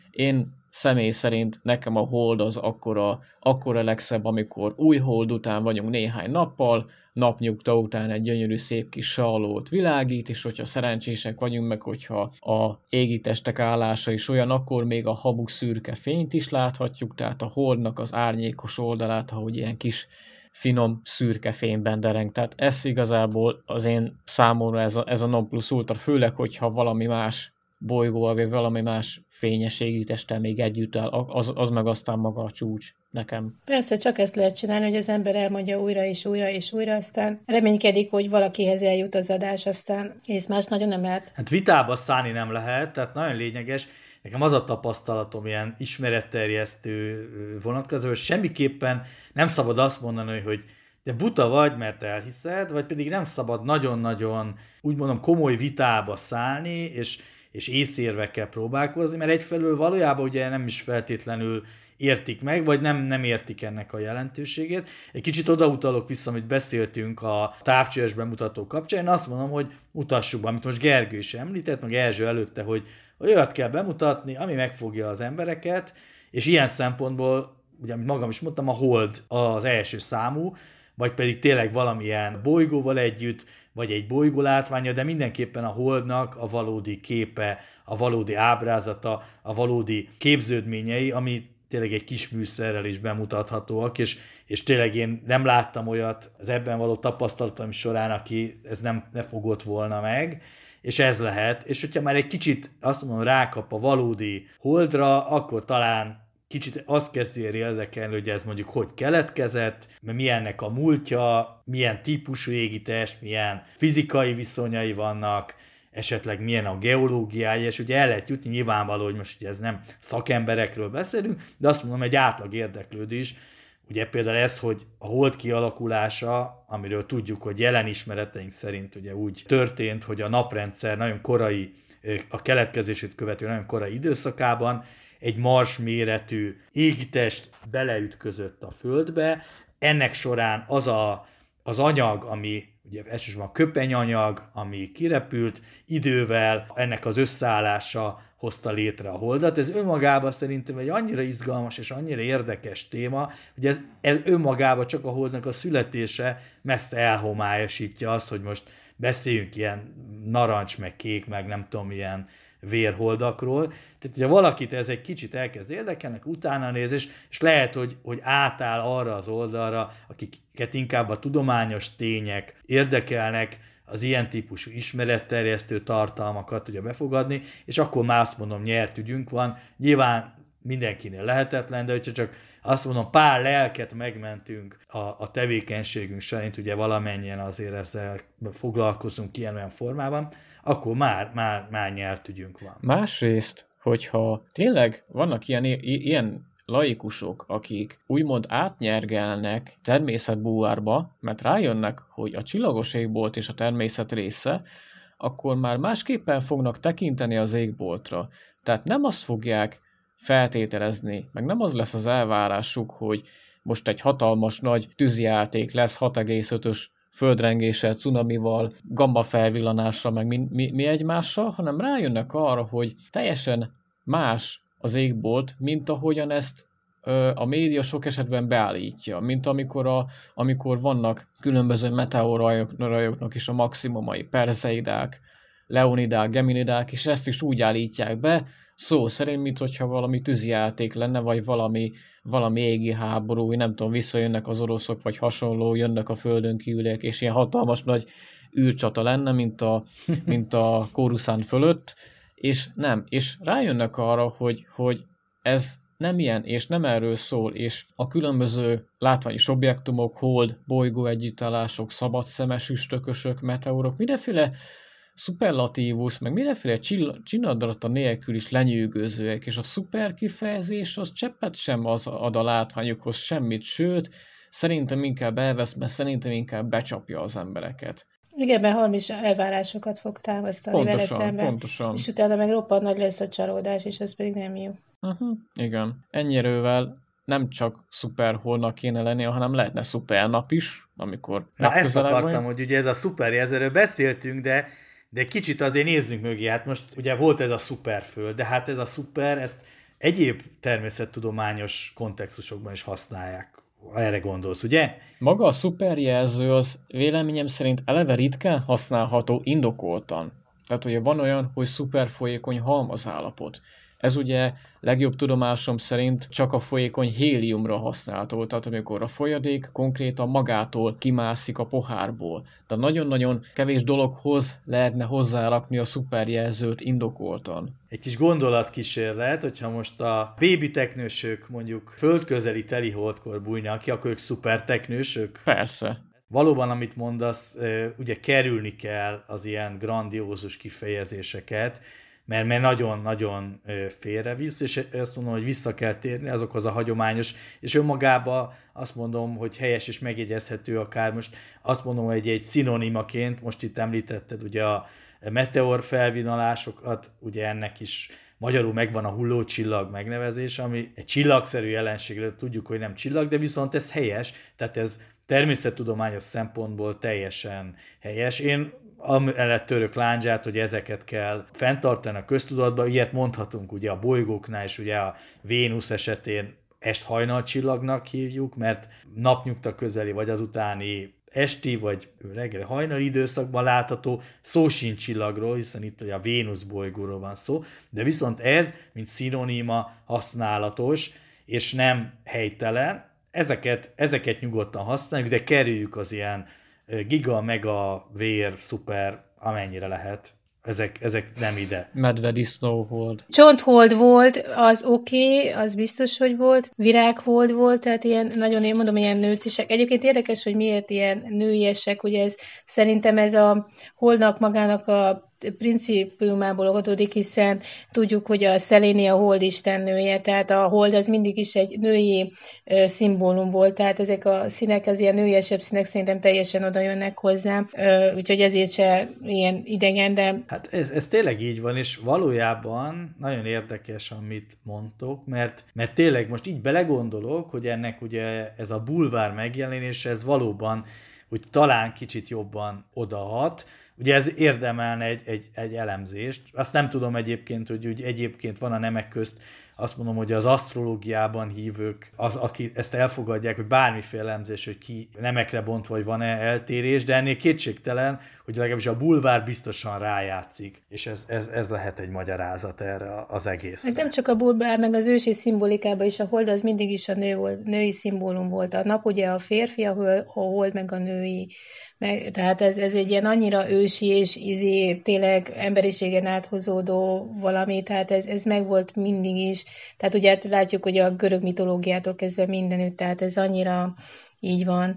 Én személy szerint nekem a hold az akkora, akkora legszebb, amikor új hold után vagyunk néhány nappal, napnyugta után egy gyönyörű szép kis sallót világít, és hogyha szerencsések vagyunk, meg hogyha a égitestek állása is olyan, akkor még a habuk szürke fényt is láthatjuk, tehát a holdnak az árnyékos oldalát, ahogy ilyen kis finom szürke fényben dereng. Tehát ez igazából az én számomra ez a, ez a non plus ultra, főleg, hogyha valami más bolygóval, vagy valami más fényes égitesttel még együtt áll, az, az meg aztán maga a csúcs nekem. Persze, csak ezt lehet csinálni, hogy az ember elmondja újra és újra és újra, aztán reménykedik, hogy valakihez eljut az adás, aztán ész más nagyon nem lehet. Hát vitába szállni nem lehet, tehát nagyon lényeges. Nekem az a tapasztalatom ilyen ismeretterjesztő vonatkozó, hogy semmiképpen nem szabad azt mondani, hogy de buta vagy, mert elhiszed, vagy pedig nem szabad nagyon-nagyon, úgy mondom, komoly vitába szállni, és és észérvekkel próbálkozni, mert egyfelől valójában ugye nem is feltétlenül értik meg, vagy nem, nem értik ennek a jelentőségét. Egy kicsit odautalok vissza, amit beszéltünk a távcsöves bemutató kapcsán. Én azt mondom, hogy mutassuk be, amit most Gergő is említett, meg Erzső előtte, hogy olyat kell bemutatni, ami megfogja az embereket, és ilyen szempontból, ugye amit magam is mondtam, a hold az első számú, vagy pedig tényleg valamilyen bolygóval együtt, vagy egy bolygó látványa, de mindenképpen a holdnak a valódi képe, a valódi ábrázata, a valódi képződményei, ami tényleg egy kis műszerrel is bemutathatóak, és, és tényleg én nem láttam olyat az ebben való tapasztalatom során, aki ez nem, ne fogott volna meg, és ez lehet, és hogyha már egy kicsit azt mondom, rákap a valódi holdra, akkor talán kicsit azt kezdi érdekelni, hogy ez mondjuk hogy keletkezett, milyennek a múltja, milyen típusú égitest, milyen fizikai viszonyai vannak, esetleg milyen a geológiája, és ugye el lehet jutni, nyilvánvaló, hogy most ugye ez nem szakemberekről beszélünk, de azt mondom, egy átlag érdeklődő is, ugye például ez, hogy a hold kialakulása, amiről tudjuk, hogy jelen ismereteink szerint ugye úgy történt, hogy a naprendszer nagyon korai, a keletkezését követő nagyon korai időszakában egy Mars méretű égitest beleütközött a Földbe. Ennek során az a, az anyag, ami ugye elsősorban a köpenyanyag, ami kirepült, idővel ennek az összeállása hozta létre a holdat. Ez önmagában szerintem egy annyira izgalmas és annyira érdekes téma, hogy ez, ez önmagában csak a holdnak a születése messze elhomályosítja azt, hogy most beszéljünk ilyen narancs, meg kék, meg nem tudom, ilyen vérholdakról. Tehát, hogyha valakit ez egy kicsit elkezd érdekelni, utána néz, és, és lehet, hogy, hogy átáll arra az oldalra, akiket inkább a tudományos tények érdekelnek, az ilyen típusú ismeretterjesztő tartalmakat tudja befogadni, és akkor már azt mondom, nyert ügyünk van. Nyilván mindenkinél lehetetlen, de hogyha csak azt mondom, pár lelket megmentünk a, a tevékenységünk szerint, ugye valamennyien azért ezzel foglalkozunk ilyen olyan formában, akkor már, már, már nyert ügyünk van. Másrészt, hogyha tényleg vannak ilyen, ilyen laikusok, akik úgymond átnyergelnek természetbúvárba, mert rájönnek, hogy a csillagos égbolt és a természet része, akkor már másképpen fognak tekinteni az égboltra. Tehát nem azt fogják feltételezni, meg nem az lesz az elvárásuk, hogy most egy hatalmas nagy tűzjáték lesz hat egész ötös földrengéssel, cunamival, gamma felvillanással, meg mi, mi, mi egymással, hanem rájönnek arra, hogy teljesen más az égbolt, mint ahogyan ezt ö, a média sok esetben beállítja, mint amikor, a, amikor vannak különböző meteorrajoknak is a maximumai, perzeidák, leonidák, geminidák, és ezt is úgy állítják be, szó szerint, mintha valami tűzijáték lenne, vagy valami, valami égi háború, nem tudom, visszajönnek az oroszok, vagy hasonló, jönnek a földön kívüliek, és ilyen hatalmas nagy űrcsata lenne, mint a, mint a Coruscant fölött, és nem, és rájönnek arra, hogy, hogy ez nem ilyen, és nem erről szól, és a különböző látványos objektumok, hold, bolygó együttállások, szabadszemes üstökösök, meteorok, mindenféle szuperlatívus, meg mindenféle csilladrata nélkül is lenyűgözőek, és a szuper kifejezés az cseppet sem az ad a látványokhoz semmit, sőt, szerintem inkább elvesz, mert szerintem inkább becsapja az embereket. Igen, mert hamis elvárásokat fog támasztani pontosan, vele szemben, pontosan. És utána meg roppant nagy lesz a csalódás, és ez pedig nem jó. Uh-huh, igen. Ennyierővel nem csak szuperholnak kéne lenni, hanem lehetne szupernap is, amikor Na ezt akartam, vagyunk. hogy ugye ez a szuperjelzőről beszéltünk, de De kicsit azért nézzünk mögé, hát most ugye volt ez a szuperföld, de hát ez a szuper, ezt egyéb természettudományos kontextusokban is használják. Erre gondolsz, ugye? Maga a szuperjelző az véleményem szerint eleve ritkán használható indokoltan. Tehát ugye van olyan, hogy szuperfolyékony halmazállapot. Ez ugye legjobb tudomásom szerint csak a folyékony héliumra használható, tehát amikor a folyadék konkrétan magától kimászik a pohárból. De nagyon-nagyon kevés dologhoz lehetne hozzárakni a szuperjelzőt indokoltan. Egy kis gondolatkísérlet, hogyha most a bébiteknősök mondjuk földközeli teliholdkor bújnak ki, akkor ők szuperteknősök? Persze. Valóban, amit mondasz, ugye kerülni kell az ilyen grandiózus kifejezéseket, mert, mert nagyon-nagyon félrevisz, és azt mondom, hogy vissza kell térni azokhoz a hagyományos, és önmagában azt mondom, hogy helyes és megjegyezhető akár most, azt mondom, hogy egy szinonimaként, most itt említetted ugye a meteor felvillanásokat, ugye ennek is magyarul megvan a hullócsillag megnevezés, ami egy csillagszerű jelenségről tudjuk, hogy nem csillag, de viszont ez helyes, tehát ez természettudományos szempontból teljesen helyes. Én amellett török lándzsát, hogy ezeket kell fenntartani a köztudatban, ilyet mondhatunk ugye a bolygóknál, és ugye a Vénusz esetén est-hajnalcsillagnak hívjuk, mert napnyugta közeli, vagy azutáni esti, vagy reggeli hajnali időszakban látható, szó sincs csillagról, hiszen itt ugye a Vénusz bolygóról van szó, de viszont ez, mint szinoníma használatos, és nem helytelen, ezeket, ezeket nyugodtan használjuk, de kerüljük az ilyen giga, mega, vér, szuper, amennyire lehet. Ezek, ezek nem ide. Medvedisznóhold. Csonthold volt, az oké, okay, az biztos, hogy volt. Virághold volt, tehát ilyen, nagyon én mondom, ilyen nőcisek. Egyébként érdekes, hogy miért ilyen nőiesek, ugye ez, szerintem ez a holdnak magának a principiumából adódik, hiszen tudjuk, hogy a Szeléni a hold istennője, tehát a hold az mindig is egy női ö, szimbólum volt, tehát ezek a színek, az ilyen nőiesebb színek szerintem teljesen oda jönnek hozzá, ö, úgyhogy ezért se ilyen idegen, de... Hát ez, ez tényleg így van, és valójában nagyon érdekes, amit mondtok, mert, mert tényleg most így belegondolok, hogy ennek ugye ez a bulvár megjelenése, ez valóban úgy talán kicsit jobban odahat. Ugye ez érdemelne egy, egy, egy elemzést. Azt nem tudom egyébként, hogy úgy egyébként van a nemek közt, azt mondom, hogy az asztrológiában hívők, az, aki ezt elfogadják, hogy bármiféle elemzés, hogy ki nemekre bontva, vagy van-e eltérés, de ennél kétségtelen, hogy legalábbis a bulvár biztosan rájátszik, és ez, ez, ez lehet egy magyarázat erre az egész. Meg nem csak a bulvár, meg az ősi szimbolikában is a hold az mindig is a nő volt, női szimbólum volt. A nap ugye a férfi, a hold meg a női. Meg, tehát ez, ez egy ilyen annyira ősi és izé, tényleg emberiségen áthozódó valami, tehát ez, ez megvolt mindig is. Tehát ugye látjuk, hogy a görög mitológiától kezdve mindenütt, tehát ez annyira így van.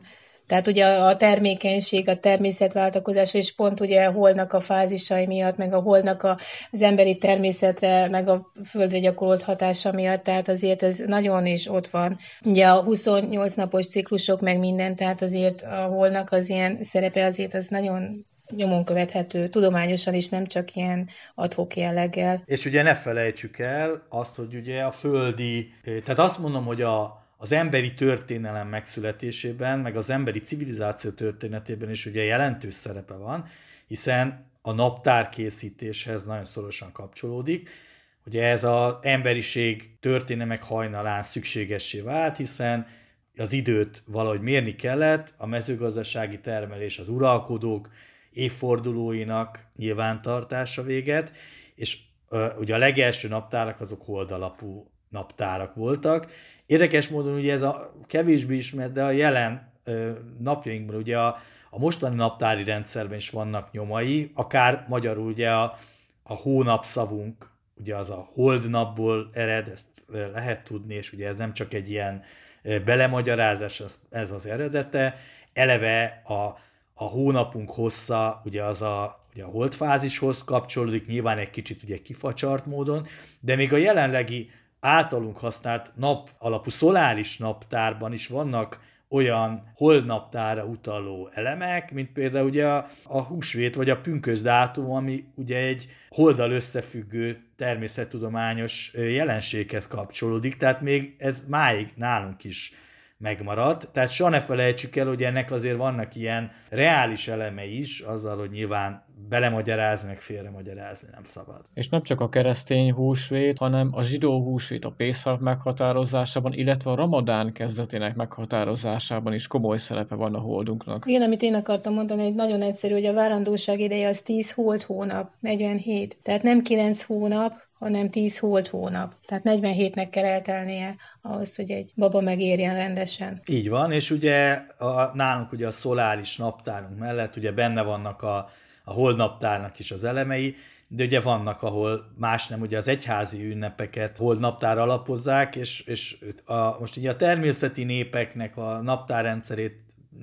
Tehát ugye a termékenység, a természetváltakozás, és pont ugye a holdnak a fázisai miatt, meg a holdnak a, az emberi természetre, meg a földre gyakorolt hatása miatt, tehát azért ez nagyon is ott van. Ugye a huszonnyolc napos ciklusok, meg minden, tehát azért a holdnak az ilyen szerepe azért az nagyon nyomon követhető, tudományosan is, nem csak ilyen ad-hoc jelleggel. És ugye ne felejtsük el azt, hogy ugye a földi, tehát azt mondom, hogy a az emberi történelem megszületésében, meg az emberi civilizáció történetében is ugye jelentős szerepe van, hiszen a naptárkészítéshez nagyon szorosan kapcsolódik. Ugye ez az emberiség történelmek hajnalán szükségessé vált, hiszen az időt valahogy mérni kellett, a mezőgazdasági termelés az uralkodók évfordulóinak nyilvántartása véget, és ugye a legelső naptárak azok holdalapú naptárak voltak. Érdekes módon ugye ez a kevésbé ismert, de a jelen ö, napjainkban ugye a, a mostani naptári rendszerben is vannak nyomai, akár magyarul ugye a, a hónapszavunk, ugye az a holdnapból ered, ezt lehet tudni, és ugye ez nem csak egy ilyen belemagyarázás, ez az eredete. Eleve a, a hónapunk hossza ugye az a, ugye a holdfázishoz kapcsolódik, nyilván egy kicsit ugye kifacsart módon, de még a jelenlegi általunk használt nap alapú szoláris naptárban is vannak olyan holdnaptára utaló elemek, mint például ugye a, a húsvét vagy a pünkösdátum, ami ugye egy holddal összefüggő természettudományos jelenséghez kapcsolódik, tehát még ez máig nálunk is megmaradt. Tehát soha ne felejtsük el, hogy ennek azért vannak ilyen reális elemei is, azzal, hogy nyilván belemagyarázni, meg félremagyarázni nem szabad. És nem csak a keresztény húsvét, hanem a zsidó húsvét a Pészak meghatározásában, illetve a Ramadán kezdetének meghatározásában is komoly szerepe van a holdunknak. Igen, amit én akartam mondani, egy nagyon egyszerű, hogy a várandóság ideje az tíz hold hónap, negyvenhét. Tehát nem kilenc hónap, hanem tíz hold hónap. Tehát negyvenhétnek kell eltelnie ahhoz, hogy egy baba megérjen rendesen. Így van, és ugye a, nálunk ugye a szoláris naptárunk mellett ugye benne vannak a, a holdnaptárnak is az elemei, de ugye vannak, ahol más nem, ugye az egyházi ünnepeket holdnaptárra alapozzák, és, és a, most ugye a természeti népeknek a naptárrendszerét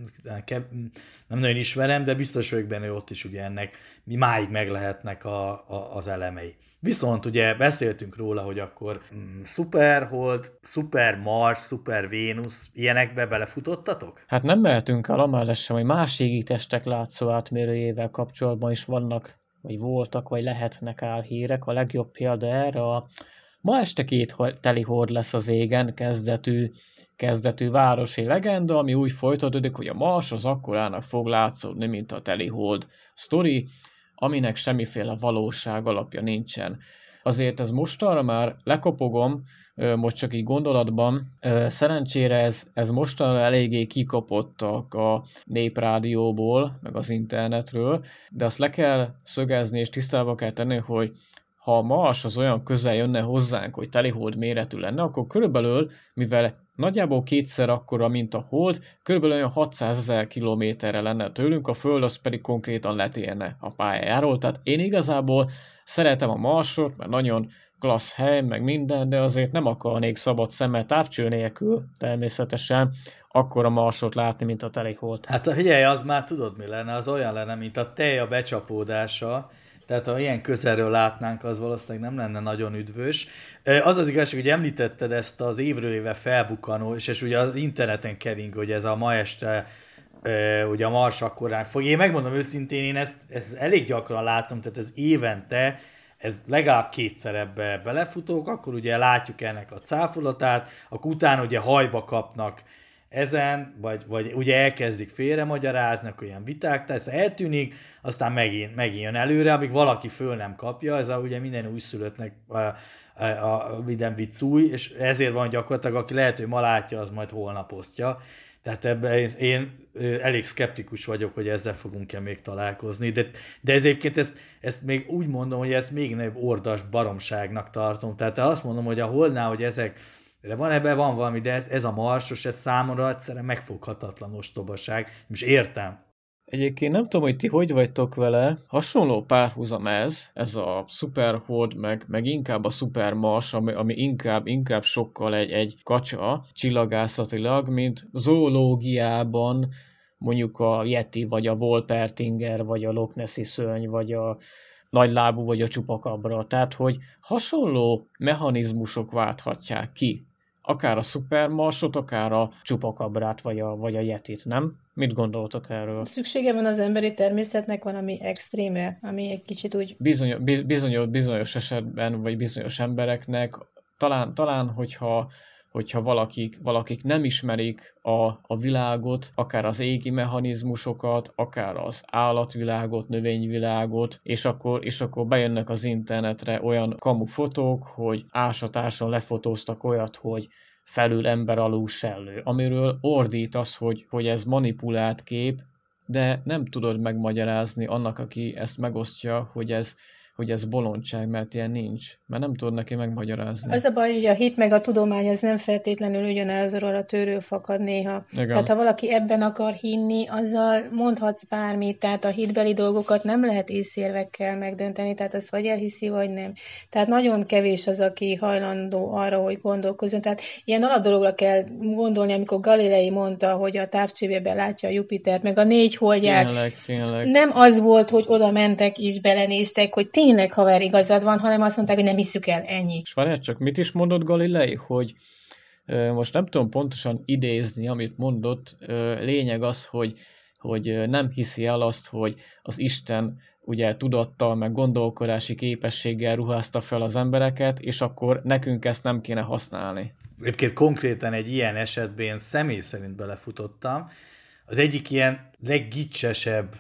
nem nagyon ismerem, de biztos vagyok benne, hogy ott is ugye ennek máig meg lehetnek a, a, az elemei. Viszont ugye beszéltünk róla, hogy akkor mm, szuperhold, szuper Mars, szuper Vénusz, ilyenekbe belefutottatok? Hát nem mehetünk el amellett sem, hogy más égitestek látszó átmérőjével kapcsolatban is vannak, vagy voltak, vagy lehetnek álhírek. A legjobb példa erre a ma este két teli hold lesz az égen kezdetű, kezdetű városi legenda, ami úgy folytatódik, hogy a Mars az akkorának fog látszódni, mint a teli hold sztori, aminek semmiféle valóság alapja nincsen. Azért ez mostanra már lekopogom, most csak így gondolatban, szerencsére ez, ez mostanra eléggé kikopottak a néprádióból, meg az internetről, de azt le kell szögezni és tisztába kell tenni, hogy ha a Mars az olyan közel jönne hozzánk, hogy telihold méretű lenne, akkor körülbelül, mivel nagyjából kétszer akkora, mint a hold, körülbelül olyan hatszázezer kilométerre lenne tőlünk, a Föld az pedig konkrétan letérne a pályájáról. Tehát én igazából szeretem a Marsot, mert nagyon klassz hely, meg minden, de azért nem akarnék szabad szemmel távcső nélkül természetesen akkor a Marsot látni, mint a telihold. Hát a figyelj, az már tudod mi lenne, az olyan lenne, mint a tej a becsapódása. Tehát ha ilyen közelről látnánk, az valószínűleg nem lenne nagyon üdvös. Az az igazság, hogy említetted ezt az évről éve felbukkanó, és, és ugye az interneten kering, hogy ez a ma este ugye a Mars akkorán fog. Én megmondom őszintén, én ezt, ezt elég gyakran látom, tehát ez évente, ez legalább kétszer ebbe belefutok, akkor ugye látjuk ennek a cáfolatát, akkor utána ugye hajba kapnak ezen, vagy, vagy ugye elkezdik félremagyarázni, akkor ilyen viták, tehát ez eltűnik, aztán megint, megint jön előre, amíg valaki föl nem kapja, ez a, ugye minden újszülöttnek a, a, a, minden vicc új, és ezért van gyakorlatilag, aki lehet, hogy ma látja, az majd holnap osztja. Tehát ebben én elég szkeptikus vagyok, hogy ezzel fogunk-e még találkozni, de, de ezért ezt, ezt még úgy mondom, hogy ezt még nagyobb ordas baromságnak tartom. Tehát azt mondom, hogy a Holdnál, hogy ezek de van ebben van valami, de ez, ez a Marsos, ez számomra egyszerűen megfoghatatlan ostobaság. Most értem. Egyébként nem tudom, hogy ti hogy vagytok vele, hasonló párhuzam ez, ez a szuperhold, meg, meg inkább a szupermars, ami, ami inkább, inkább sokkal egy, egy kacsa csillagászatilag, mint zoológiában mondjuk a Yeti, vagy a Wolpertinger, vagy a Loch Nessi szörny, vagy a nagylábú, vagy a csupakabra. Tehát, hogy hasonló mechanizmusok válthatják ki akár a szupermarsot, akár a csupakabrát, vagy a, vagy a Yetit, nem? Mit gondoltok erről? Szüksége van az emberi természetnek valami extrémre, ami egy kicsit úgy... Bizony, bizonyos, bizonyos esetben, vagy bizonyos embereknek, talán, talán hogyha, hogyha valakik, valakik nem ismerik a, a világot, akár az égi mechanizmusokat, akár az állatvilágot, növényvilágot, és akkor, és akkor bejönnek az internetre olyan kamu fotók, hogy ásatáson lefotóztak olyat, hogy felül ember, alul sellő, amiről ordít az, hogy, hogy ez manipulált kép, de nem tudod megmagyarázni annak, aki ezt megosztja, hogy ez, hogy ez bolondság, mert ilyen nincs. Mert nem tudod neki megmagyarázni. Az a baj, hogy a hit meg a tudomány az nem feltétlenül ugyanazról a tőről fakad néha. Igen. Tehát ha valaki ebben akar hinni, azzal mondhatsz bármit, tehát a hitbeli dolgokat nem lehet észérvekkel megdönteni, tehát azt vagy elhiszi, vagy nem. Tehát nagyon kevés az, aki hajlandó arra, hogy gondolkozzon. Tehát ilyen alapdologra kell gondolni, amikor Galilei mondta, hogy a távcsövében látja a Jupitert, meg a négy holdját. Tényleg, tényleg. Nem az volt, hogy oda mentek és belenéztek, hogy tényleg haver igazad van, hanem azt mondták, hogy nem hisszük el, ennyi. És várjál csak, mit is mondott Galilei? Hogy ö, most nem tudom pontosan idézni, amit mondott, ö, lényeg az, hogy, hogy nem hiszi el azt, hogy az Isten ugye tudattal, meg gondolkodási képességgel ruházta fel az embereket, és akkor nekünk ezt nem kéne használni. Egyébként konkrétan egy ilyen esetben én személy szerint belefutottam. Az egyik ilyen leggicsesebb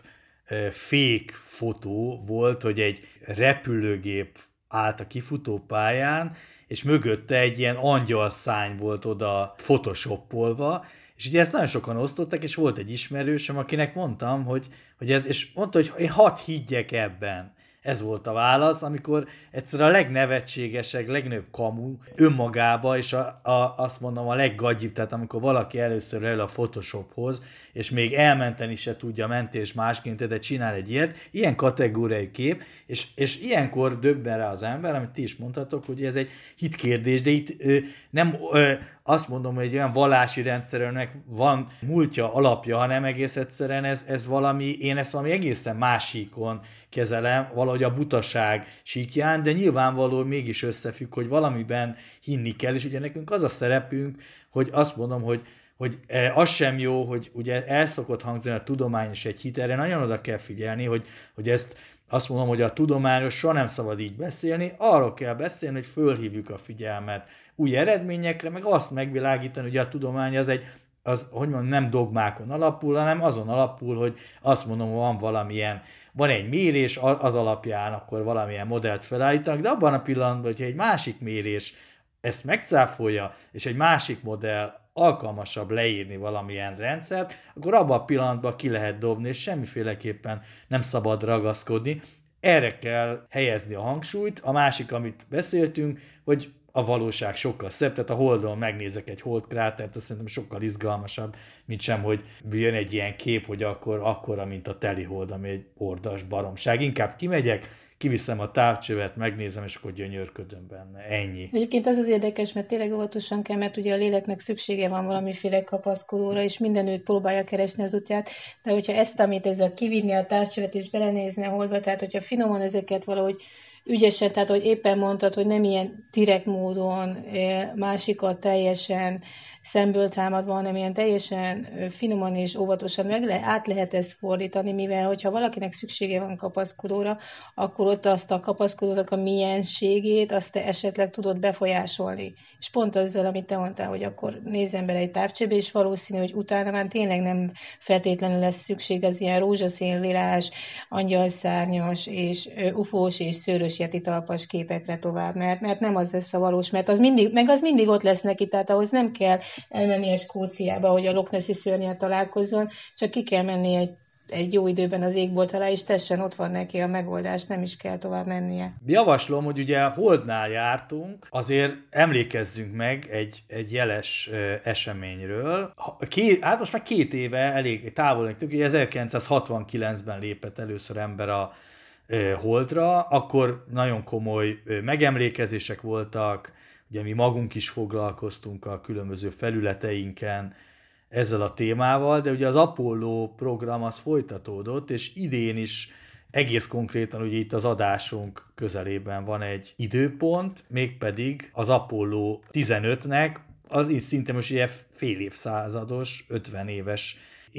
fake fotó volt, hogy egy repülőgép állt a kifutópályán, és mögötte egy ilyen angyalszány volt oda photoshopolva, és ugye ezt nagyon sokan osztottak, és volt egy ismerősöm, akinek mondtam, hogy, hogy ez, és mondta, hogy én hadd higgyek ebben. Ez volt a válasz, amikor egyszer a legnevetségesebb, legnagyobb kamu önmagába, és a, a, azt mondom a leggagyibb, tehát amikor valaki először el a Photoshophoz, és még elmenteni se tudja mentés másként, de csinál egy ilyet, ilyen kategóriai kép, és, és ilyenkor döbben rá az ember, amit ti is mondhatok, hogy ez egy hitkérdés, de itt ö, nem ö, azt mondom, hogy egy olyan vallási rendszerűnek van múltja, alapja, hanem egész egyszerűen ez, ez valami, én ezt valami egészen másikon kezelem, valahogy a butaság síkján, de nyilvánvaló mégis összefügg, hogy valamiben hinni kell, és ugye nekünk az a szerepünk, hogy azt mondom, hogy hogy az sem jó, hogy ugye el szokott hangzani a tudományos egy hit, erre nagyon oda kell figyelni, hogy, hogy ezt azt mondom, hogy a tudományos soha nem szabad így beszélni, arról kell beszélni, hogy fölhívjuk a figyelmet új eredményekre, meg azt megvilágítani, hogy a tudomány az egy, az, hogy mondjam, nem dogmákon alapul, hanem azon alapul, hogy azt mondom, van valamilyen, van egy mérés, az alapján akkor valamilyen modellt felállítanak, de abban a pillanatban, hogyha egy másik mérés ezt megcáfolja, és egy másik modell alkalmasabb leírni valamilyen rendszert, akkor abban a pillanatban ki lehet dobni, és semmiféleképpen nem szabad ragaszkodni. Erre kell helyezni a hangsúlyt. A másik, amit beszéltünk, hogy a valóság sokkal szebb, tehát a Holdon megnézek egy holdkrátert, azt szerintem sokkal izgalmasabb, mint sem, hogy jön egy ilyen kép, hogy akkor akkora, mint a teli hold, ami egy ordas baromság. Inkább kimegyek, kiviszem a távcsövet, megnézem, és akkor gyönyörködöm benne. Ennyi. Egyébként az az érdekes, mert tényleg óvatosan kell, mert ugye a léleknek szüksége van valamiféle kapaszkodóra, és mindenütt próbálja keresni az útját, de hogyha ezt, amit ezzel kivinni a távcsövet és belenézni a holdba, tehát hogyha finoman ezeket valahogy ügyesen, tehát hogy éppen mondtad, hogy nem ilyen direkt módon másikat teljesen szemből támadva, hanem ilyen teljesen finoman és óvatosan meg le, át lehet ezt fordítani, mivel hogyha valakinek szüksége van kapaszkodóra, akkor ott azt a kapaszkodónak a mienségét, azt te esetleg tudod befolyásolni. És pont azzal, amit te mondtál, hogy akkor nézzen bele egy távcsébe, és valószínű, hogy utána már tényleg nem feltétlenül lesz szükség az ilyen rózsaszín, lilás, angyalszárnyas, és ufós és szőrös yeti talpas képekre tovább, mert, mert nem az lesz a valós, mert az mindig, meg az mindig ott lesz neki, tehát ahhoz nem kell elmenni egy Skóciába, hogy a Loch Nessi szörnyel találkozzon, csak ki kell menni egy, egy jó időben az égbolt alá, és tessen, ott van neki a megoldás, nem is kell tovább mennie. Javaslom, hogy ugye Holdnál jártunk, azért emlékezzünk meg egy, egy jeles uh, eseményről. Két, hát most már két éve elég távol, hogy ezerkilencszázhatvankilencben lépett először ember a uh, Holdra, akkor nagyon komoly uh, megemlékezések voltak, ugye mi magunk is foglalkoztunk a különböző felületeinken ezzel a témával, de ugye az Apollo program az folytatódott, és idén is egész konkrétan ugye itt az adásunk közelében van egy időpont, mégpedig az Apollo tizenötnek, az így szinte most ugye fél évszázados, ötven éves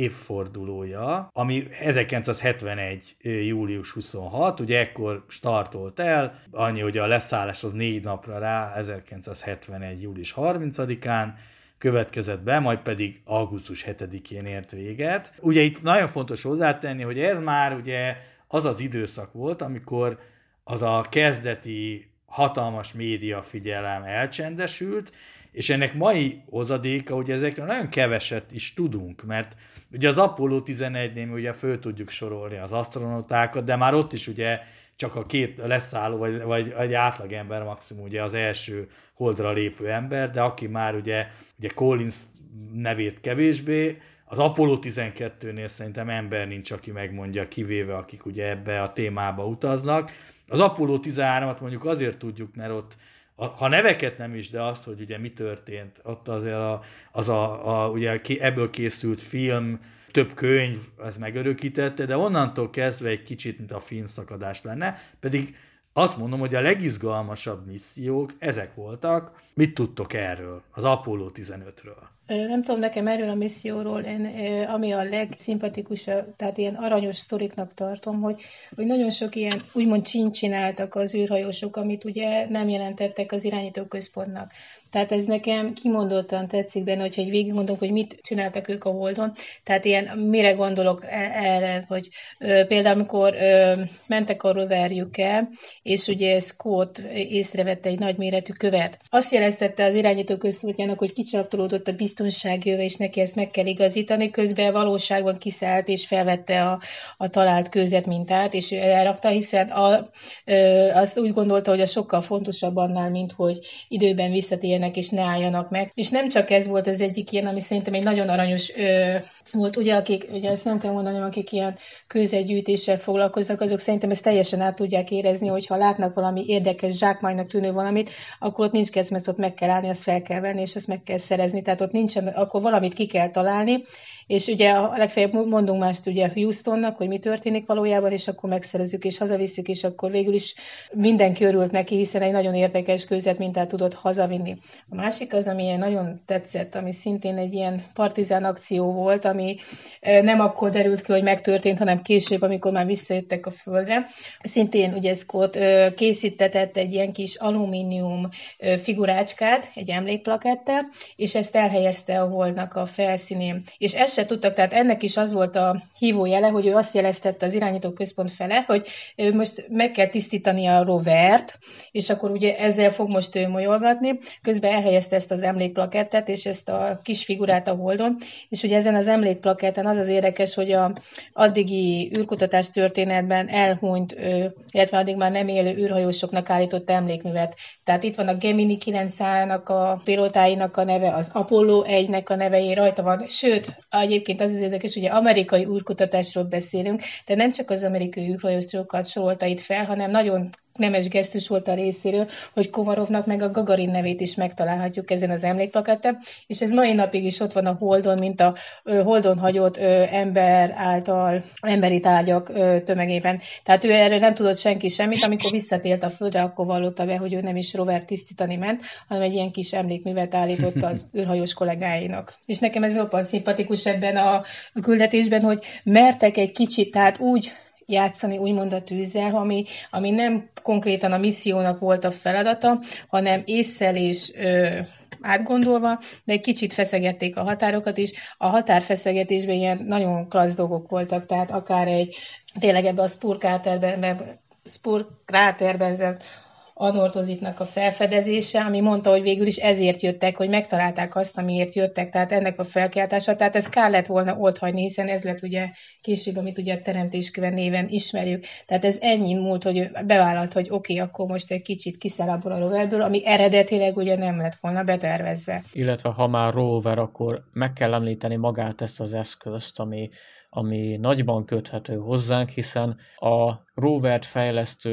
évfordulója, ami ezerkilencszázhetvenegy. július huszonhatodika, ugye ekkor startolt el, annyi, hogy a leszállás az négy napra rá, ezerkilencszázhetvenegy. július harmincadikán következett be, majd pedig augusztus hetedikén ért véget. Ugye itt nagyon fontos hozzátenni, hogy ez már ugye az az időszak volt, amikor az a kezdeti hatalmas média figyelem elcsendesült, és ennek mai hozadéka, hogy ezekről nagyon keveset is tudunk, mert ugye az Apollo tizenegynél ugye föl tudjuk sorolni az asztronautákat, de már ott is ugye csak a két leszálló, vagy, vagy egy átlagember maximum ugye az első holdra lépő ember, de aki már ugye, ugye Collins nevét kevésbé, az Apollo tizenkettőnél szerintem ember nincs, aki megmondja, kivéve akik ugye ebbe a témába utaznak. Az Apollo tizenhármat mondjuk azért tudjuk, mert ott, ha neveket nem is, de azt, hogy ugye mi történt, ott azért a, az a, a, ugye ebből készült film, több könyv, ez megörökítette, de onnantól kezdve egy kicsit, mint a filmszakadás lenne, pedig azt mondom, hogy a legizgalmasabb missziók ezek voltak. Mit tudtok erről, az Apollo tizenötről? Nem tudom, nekem erről a misszióról, én, ami a legszimpatikusabb, tehát ilyen aranyos sztoriknak tartom, hogy, hogy nagyon sok ilyen úgymond csínt csináltak az űrhajósok, amit ugye nem jelentettek az irányítóközpontnak. Tehát ez nekem kimondottan tetszik benne, hogyha egy végig mondom, hogy mit csináltak ők a Holdon. Tehát ilyen, mire gondolok erre, hogy ö, például amikor ö, mentek a roverjükkel, és ugye Scott észrevette egy nagyméretű követ. Azt jeleztette az irányítóközpontjának, hogy kicsaptolódott a biztonsági öve, és neki ezt meg kell igazítani, közben valóságban kiszállt, és felvette a, a talált kőzet mintát, és elrakta, hiszen a, ö, azt úgy gondolta, hogy az sokkal fontosabb annál, mint hogy időben visszatérjenek és ne álljanak meg. És nem csak ez volt az egyik ilyen, ami szerintem egy nagyon aranyos ö, volt, ugye akik, ugye ezt nem kell mondanom, akik ilyen kőzetgyűjtéssel foglalkoznak, azok szerintem ezt teljesen át tudják érezni, hogyha látnak valami érdekes, zsákmánynak tűnő valamit, akkor ott nincs kecmec, ott meg kell állni, azt fel kell venni, és azt meg kell szerezni, tehát ott nincsen, akkor valamit ki kell találni, és ugye a legfeljebb mondunk mást ugye Houstonnak, hogy mi történik valójában, és akkor megszerezzük, és hazavisszük, és akkor végül is mindenki örült neki, hiszen egy nagyon érdekes kőzetmintát tudott hazavinni. A másik az, ami nagyon tetszett, ami szintén egy ilyen partizán akció volt, ami nem akkor derült ki, hogy megtörtént, hanem később, amikor már visszajöttek a Földre. Szintén ugye Scott készítetett egy ilyen kis alumínium figurácskát, egy emlékplakettel, és ezt elhelyezte a Holdnak a felszínén. És ezt se tudtak, tehát ennek is az volt a hívójele, hogy ő azt jeleztette az irányító központ fele, hogy ő most meg kell tisztítani a rovert, és akkor ugye ezzel fog most ő molyolgatni, közben elhelyezte ezt az emlékplakettet, és ezt a kis figurát a Holdon, és ugye ezen az emlékplaketten az az érdekes, hogy a addigi űrkutatás történetben elhunyt, illetve addig már nem élő űrhajósoknak állított emlékművet. Tehát itt van a Gemini kilenc á-nak a pilótáinak a neve, az Apollo egynek a neve rajta van, sőt, egyébként az az érdekes, hogy amerikai űrkutatásról beszélünk, de nem csak az amerikai űrhajósokat sorolta itt fel, hanem nagyon nemes gesztus volt a részéről, hogy Komarovnak meg a Gagarin nevét is megtalálhatjuk ezen az emlékplaketten, és ez mai napig is ott van a Holdon, mint a ö, Holdon hagyott ö, ember által, emberi tárgyak ö, tömegében. Tehát ő erre nem tudott senki semmit, amikor visszatért a Földre, akkor vallotta be, hogy ő nem is rover tisztítani ment, hanem egy ilyen kis emlékművet állított az űrhajós kollégáinak. És nekem ez roppant szimpatikus ebben a küldetésben, hogy mertek egy kicsit, tehát úgy játszani úgymond a tűzzel, ami, ami nem konkrétan a missziónak volt a feladata, hanem ésszel és ö, átgondolva, de egy kicsit feszegették a határokat is. A határfeszegetésben ilyen nagyon klassz dolgok voltak, tehát akár egy, tényleg ebben a Spur-kráterben, Spur-kráterben anortozitnak a felfedezése, ami mondta, hogy végül is ezért jöttek, hogy megtalálták azt, amiért jöttek, tehát ennek a felkiáltása, tehát ez kár lett volna otthagyni, hiszen ez lett ugye később, amit ugye a teremtésköve néven ismerjük. Tehát ez ennyi múlt, hogy ő bevállalt, hogy oké, okay, akkor most egy kicsit kiszáll abból a roverből, ami eredetileg ugye nem lett volna betervezve. Illetve ha már rover, akkor meg kell említeni magát ezt az eszközt, ami, ami nagyban köthető hozzánk, hiszen a rovert fejlesztő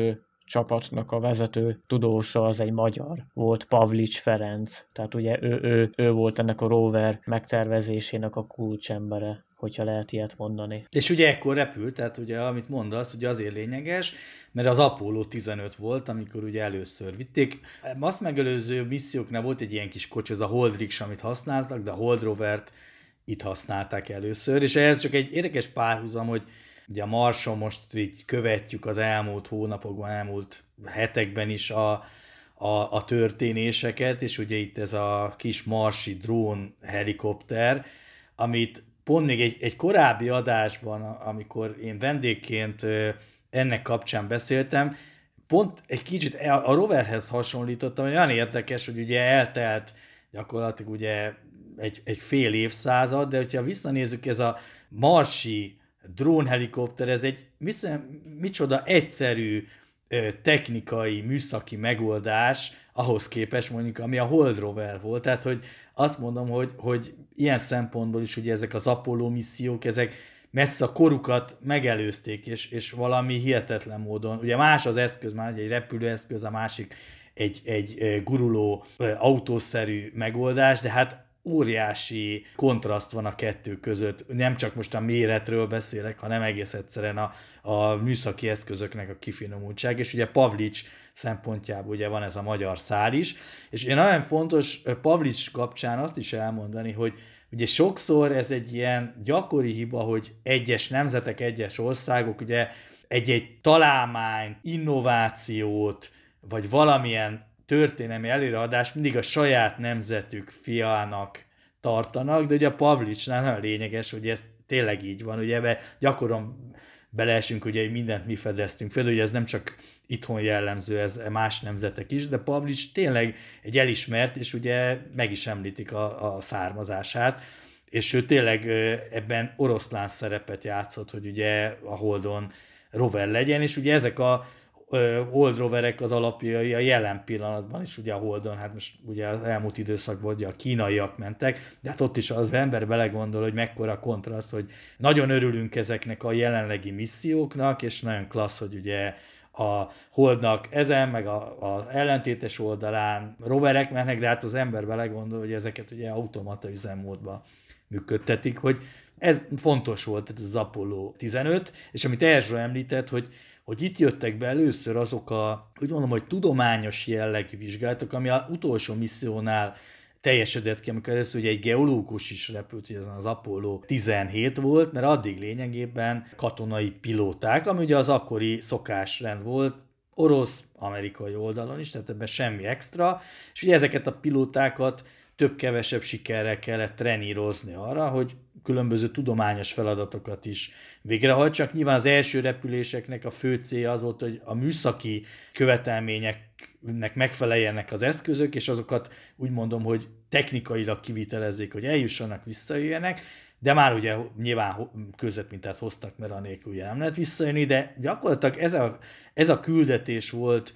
csapatnak a vezető tudósa az egy magyar volt, Pavlics Ferenc. Tehát ugye ő, ő, ő volt ennek a rover megtervezésének a kulcsembere, hogyha lehet ilyet mondani. És ugye ekkor repült, tehát ugye amit mondasz, ugye azért lényeges, mert az Apollo tizenöt volt, amikor ugye először vitték. Azt megelőző misszióknál volt egy ilyen kis kocsi, ez a Hold Rickshaw, amit használtak, de a Hold Rovert itt használták először, és ez csak egy érdekes párhuzam, hogy ugye a Marson most így követjük az elmúlt hónapokban, elmúlt hetekben is a, a, a történéseket, és ugye itt ez a kis marsi drón helikopter, amit pont még egy, egy korábbi adásban, amikor én vendégként ennek kapcsán beszéltem, pont egy kicsit a roverhez hasonlítottam, hogy olyan érdekes, hogy ugye eltelt gyakorlatilag ugye egy, egy fél évszázad, de hogyha visszanézzük, ez a marsi drónhelikopter, ez egy micsoda egyszerű technikai, műszaki megoldás ahhoz képest mondjuk, ami a Hold Rover volt. Tehát, hogy azt mondom, hogy, hogy ilyen szempontból is ugye ezek az Apollo missziók, ezek messze a korukat megelőzték, és, és valami hihetetlen módon. Ugye más az eszköz, már egy repülőeszköz, a másik egy, egy guruló autószerű megoldás, de hát óriási kontraszt van a kettő között. Nem csak most a méretről beszélek, hanem egész egyszerűen a, a műszaki eszközöknek a kifinomultság, és ugye Pavlics szempontjából ugye van ez a magyar szál is, és ugye nagyon fontos Pavlics kapcsán azt is elmondani, hogy ugye sokszor ez egy ilyen gyakori hiba, hogy egyes nemzetek, egyes országok ugye egy-egy találmány, innovációt, vagy valamilyen történelmi előreadást mindig a saját nemzetük fiának tartanak, de ugye a Pavlicsnál nagyon lényeges, hogy ez tényleg így van, ugye ebbe gyakoran beleesünk, ugye, hogy mindent mi fedeztünk fel, ugye ez nem csak itthon jellemző, ez más nemzetek is, de Pavlics tényleg egy elismert, és ugye meg is említik a, a származását, és ő tényleg ebben oroszlán szerepet játszott, hogy ugye a Holdon rover legyen, és ugye ezek a Hold roverek az alapjai a jelen pillanatban is, ugye a Holdon, hát most ugye az elmúlt időszakban ugye a kínaiak mentek, de hát ott is az ember belegondol, hogy mekkora kontraszt, hogy nagyon örülünk ezeknek a jelenlegi misszióknak, és nagyon klassz, hogy ugye a Holdnak ezen, meg az ellentétes oldalán roverek mennek, de hát az ember belegondol, hogy ezeket ugye automata üzemmódban működtetik, hogy ez fontos volt, ez az Apollo tizenöt, és amit Erzsó említett, hogy hogy itt jöttek be először azok a, úgy mondom, hogy tudományos jellegű vizsgálatok, ami az utolsó missziónál teljesedett ki, amikor először ugye egy geológus is repült, hogy ez az Apollo tizenhét volt, mert addig lényegében katonai pilóták, ami ugye az akkori szokásrend volt, orosz, amerikai oldalon is, tehát ebben semmi extra, és ugye ezeket a pilótákat több-kevesebb sikerrel kellett trenírozni arra, hogy különböző tudományos feladatokat is végrehajtsanak. Nyilván az első repüléseknek a fő célja az volt, hogy a műszaki követelményeknek megfeleljenek az eszközök, és azokat úgy mondom, hogy technikailag kivitelezzék, hogy eljussanak, visszajöjjenek, de már ugye nyilván közvetmintát hoztak, mert anélkül ugye nem lehet visszajönni, de gyakorlatilag ez a, ez a küldetés volt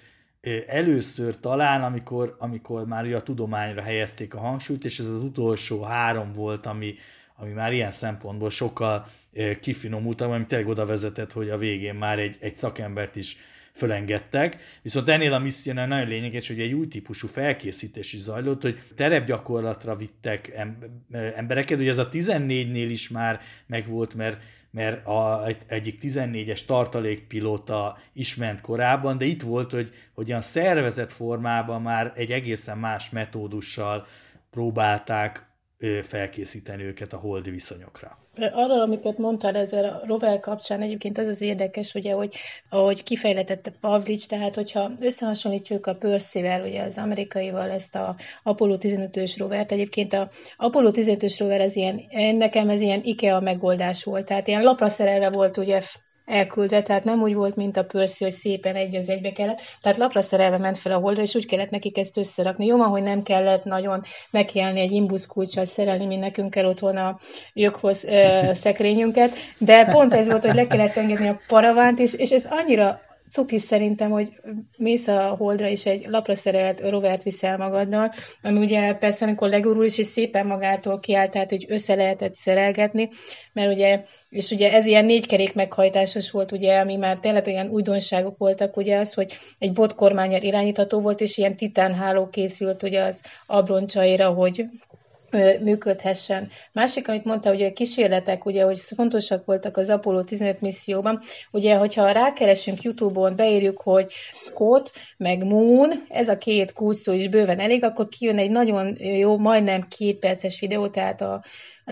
először talán, amikor, amikor már a tudományra helyezték a hangsúlyt, és ez az utolsó három volt, ami, ami már ilyen szempontból sokkal kifinomult, ami tényleg oda vezetett, hogy a végén már egy, egy szakembert is fölengedtek. Viszont ennél a missziónál nagyon lényeges, hogy egy új típusú felkészítés is zajlott, hogy terepgyakorlatra vittek embereket, ugye ez a tizennégynél is már megvolt, mert mert a, egy, egyik tizennégyes tartalékpilóta is ment korábban, de itt volt, hogy, hogy olyan szervezett formában már egy egészen más metódussal próbálták felkészíteni őket a holdi viszonyokra. Arra, amiket mondtál ezzel a rover kapcsán, egyébként az az érdekes, ugye, hogy ahogy kifejletette Pavlics, tehát hogyha összehasonlítjuk a Percyvel, ugye az amerikaival ezt a Apollo tizenötös rovert, egyébként a Apollo tizenötös rover ez ilyen, nekem ez ilyen IKEA megoldás volt, tehát ilyen lapra szerelve volt ugye elküldve, tehát nem úgy volt, mint a Percy, hogy szépen egy az egybe kellett, tehát lapra szerelve ment fel a Holdra, és úgy kellett nekik ezt összerakni. Jó, hogy nem kellett nagyon nekiállni egy imbuszkulccsal szerelni, mint nekünk kell otthon a jökhoz ö, szekrényünket, de pont ez volt, hogy le kellett engedni a paravánt is, és ez annyira cuki szerintem, hogy mész a Holdra, és egy lapra szerelt rovert viszel magaddal, ami ugye persze, amikor legurul is, és szépen magától kiállt, tehát hogy össze lehetett szerelgetni, mert ugye, és ugye ez ilyen négykerék meghajtásos volt, ugye, ami már tényleg ilyen újdonságok voltak, ugye az, hogy egy botkormánnyal irányítható volt, és ilyen titánháló készült ugye az abroncsaira, hogy működhessen. Másik, amit mondta, hogy a kísérletek, ugye, hogy fontosak voltak az Apollo tizenöt misszióban, ugye, hogyha rákeresünk YouTube-on, beírjuk, hogy Scott, meg Moon, ez a két kulcsszó is bőven elég, akkor kijön egy nagyon jó, majdnem két perces videó, tehát a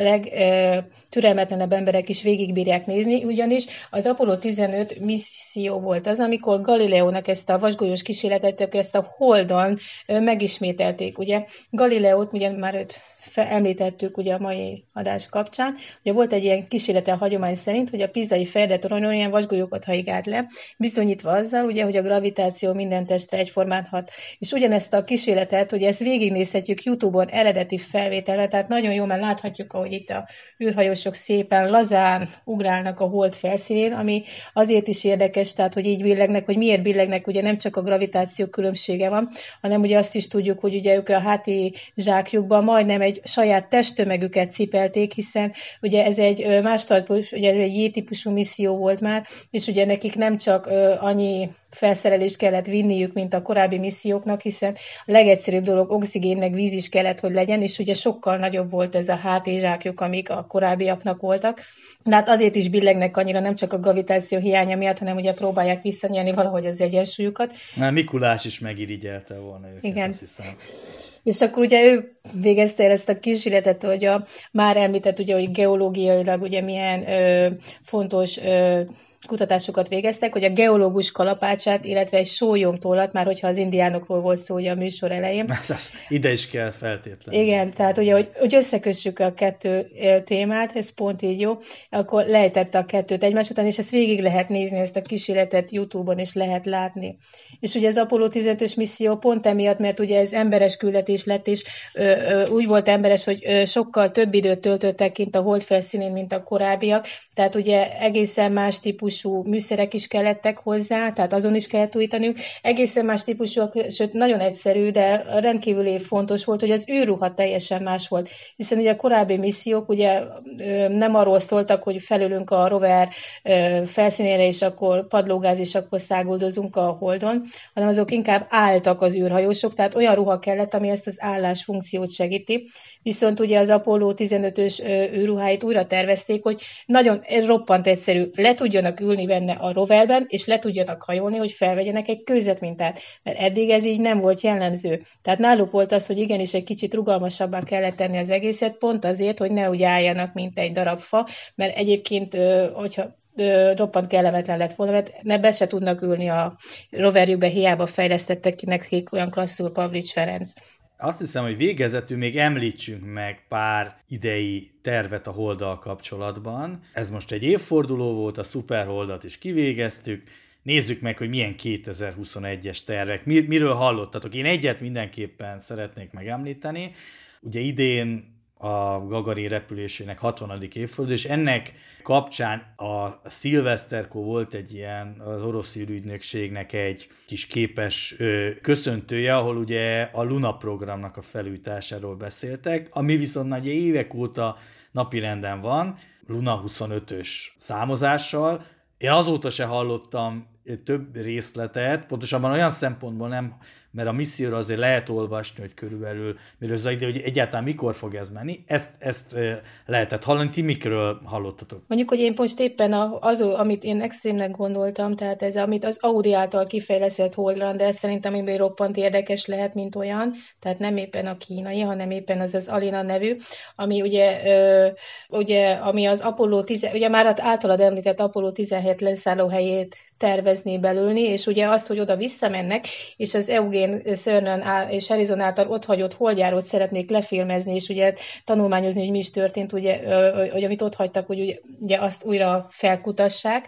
legtürelmetlenebb emberek is végigbírják nézni, ugyanis az Apollo tizenöt misszió volt az, amikor Galileónak ezt a vasgolyós kísérletet, ezt a Holdon megismételték. Ugye Galileót, ugye már őt említettük ugye a mai adás kapcsán, ugye volt egy ilyen kísérlete a hagyomány szerint, hogy a Pisai Ferde-toronyról ilyen vasgolyókat hajgált le, bizonyítva azzal, ugye, hogy a gravitáció minden testre egyformán hat. És ugyanezt a kísérletet, ugye ezt végignézhetjük YouTube-on eredeti felvételre, tehát nagyon jól már láthatjuk, ahogy itt a űrhajósok szépen lazán ugrálnak a hold felszínén, ami azért is érdekes, tehát hogy így billegnek, hogy miért billegnek, ugye nem csak a gravitáció különbsége van, hanem ugye azt is tudjuk, hogy ugye ők a háti zsákjukban majdnem egy saját testtömegüket cipelték, hiszen ugye ez egy más típus, ugye egy J-típusú misszió volt már, és ugye nekik nem csak annyi felszerelést kellett vinniük, mint a korábbi misszióknak, hiszen a legegyszerűbb dolog oxigén meg víz is kellett, hogy legyen, és ugye sokkal nagyobb volt ez a hátizsákjuk, amik a korábbiaknak voltak. De hát azért is billegnek annyira, nem csak a gravitáció hiánya miatt, hanem ugye próbálják visszanyerni valahogy az egyensúlyukat. Már Mikulás is megirigyelte volna őket, igen. Azt hiszem. És akkor ugye ő végezte el ezt a kísérletet, hogy a, már említett, ugye, hogy geológiailag ugye milyen ö, fontos ö, kutatásokat végeztek, hogy a geológus kalapácsát, illetve egy sólyomtollat, már hogyha az indiánokról volt szó ugye a műsor elején. Ez, ez, ide is kell feltétlenül. Igen, tehát ugye, hogy, hogy összekössük a kettő témát, ez pont így jó, akkor lejtette a kettőt egymás után, és ezt végig lehet nézni, ezt a kísérletet YouTube-on is lehet látni. És ugye az Apollo tizenötös misszió pont emiatt, mert ugye ez emberes küldetés lett, és ö, ö, úgy volt emberes, hogy ö, sokkal több időt töltöttek kint a hold felszínén, mint a korábbiak, tehát ugye egészen más típusú műszerek is kellettek hozzá, tehát azon is kellett újítaniuk. Egészen más típusúak, sőt nagyon egyszerű, de rendkívüli fontos volt, hogy az űrruha teljesen más volt. Hiszen ugye a korábbi missziók ugye nem arról szóltak, hogy felülünk a rover felszínére, és akkor padlógáz, és akkor száguldozunk a holdon, hanem azok inkább álltak az űrhajósok, tehát olyan ruha kellett, ami ezt az állás funkciót segíti. Viszont ugye az Apollo tizenötös űrruháit újra tervezték, hogy nagyon roppant egyszerű, le tudjanak ülni benne a roverben, és le tudjanak hajolni, hogy felvegyenek egy kőzetmintát, mert eddig ez így nem volt jellemző. Tehát náluk volt az, hogy igenis egy kicsit rugalmasabbá kellett tenni az egészet, pont azért, hogy ne úgy álljanak, mint egy darab fa, mert egyébként, hogyha roppant kellemetlen lett volna, mert ne be se tudnak ülni a roverjükbe, hiába fejlesztettek ki nekik olyan klasszul Pavlics Ferenc. Azt hiszem, hogy végezetül még említsünk meg pár idei tervet a Holddal kapcsolatban. Ez most egy évforduló volt, a Superholdat is kivégeztük. Nézzük meg, hogy milyen kétezer-huszonegyes tervek, mir- miről hallottatok. Én egyet mindenképpen szeretnék megemlíteni. Ugye idén a Gagarin repülésének hatvanadik évforduló, és ennek kapcsán a szilveszterkor volt egy ilyen, az orosz űrügynökségnek egy kis képes ö, köszöntője, ahol ugye a Luna programnak a felújításáról beszéltek, ami viszont ugye évek óta napirenden van, Luna huszonötös számozással. Én azóta se hallottam több részletet, pontosabban olyan szempontból nem, mert a misszióra azért lehet olvasni, hogy körülbelül miről zajlik, hogy egyáltalán mikor fog ez menni. Ezt, ezt lehetett hallani. Ti mikről hallottatok? Mondjuk, hogy én most éppen az, amit én extrémnek gondoltam, tehát ez, amit az Audi által kifejlesztett Holdlander, szerintem amiben roppant érdekes lehet, mint olyan, tehát nem éppen a kínai, hanem éppen az az Alina nevű, ami ugye, ö, ugye ami az Apollo tíz, ugye már általad említett Apollo tizenhét leszállóhelyét tervezni belülni, és ugye az, hogy oda visszamennek, és az Eugene Cernan és Harrison által otthagyott holdjárót szeretnék lefilmezni, és ugye tanulmányozni, hogy mi is történt, ugye, hogy amit ott hagytak, hogy ugye, ugye azt újra felkutassák.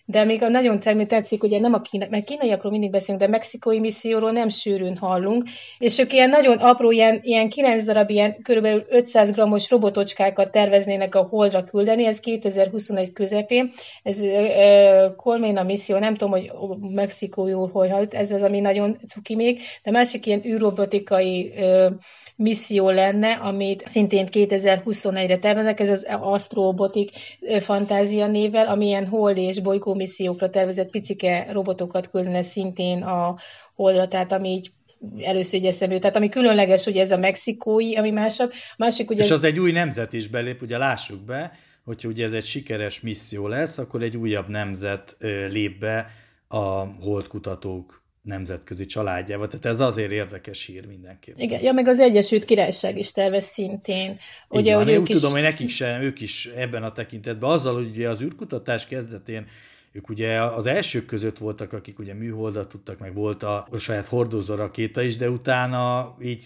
de még a nagyon tetszik, ugye nem a kínai, mert kínaiakról mindig beszélünk, de mexikói misszióról nem sűrűn hallunk, és ők ilyen nagyon apró, ilyen, ilyen kilenc darab, ilyen körülbelül ötszáz grammos robotocskákat terveznének a Holdra küldeni, ez kétezer-huszonegy közepén, ez uh, Colmena misszió, nem tudom, hogy mexikóiul hogy halt, ez az, ami nagyon cuki még, de másik ilyen űrrobotikai uh, misszió lenne, amit szintén kétezer-huszonegyre terveznek, ez az Astrobotik Fantázia névvel, ami ilyen hold és bolygó missziókra tervezett picike robotokat küldene szintén a Holdra, tehát ami így először így eszembe jut. Tehát ami különleges, ugye ez a mexikói, ami másabb. Másik, ugye és ez... az egy új nemzet is belép, ugye lássuk be, hogyha ugye ez egy sikeres misszió lesz, akkor egy újabb nemzet lép be a holdkutatók nemzetközi családjába. Tehát ez azért érdekes hír mindenképpen. Igen, ja, meg az Egyesült Királyság is tervez szintén. Ugye, van, hogy én ők úgy is... tudom, hogy nekik sem, ők is ebben a tekintetben, azzal, hogy ugye az űrkutatás kezdetén ők ugye az elsők között voltak, akik ugye műholdat tudtak, meg volt a, a saját hordozó rakéta is, de utána így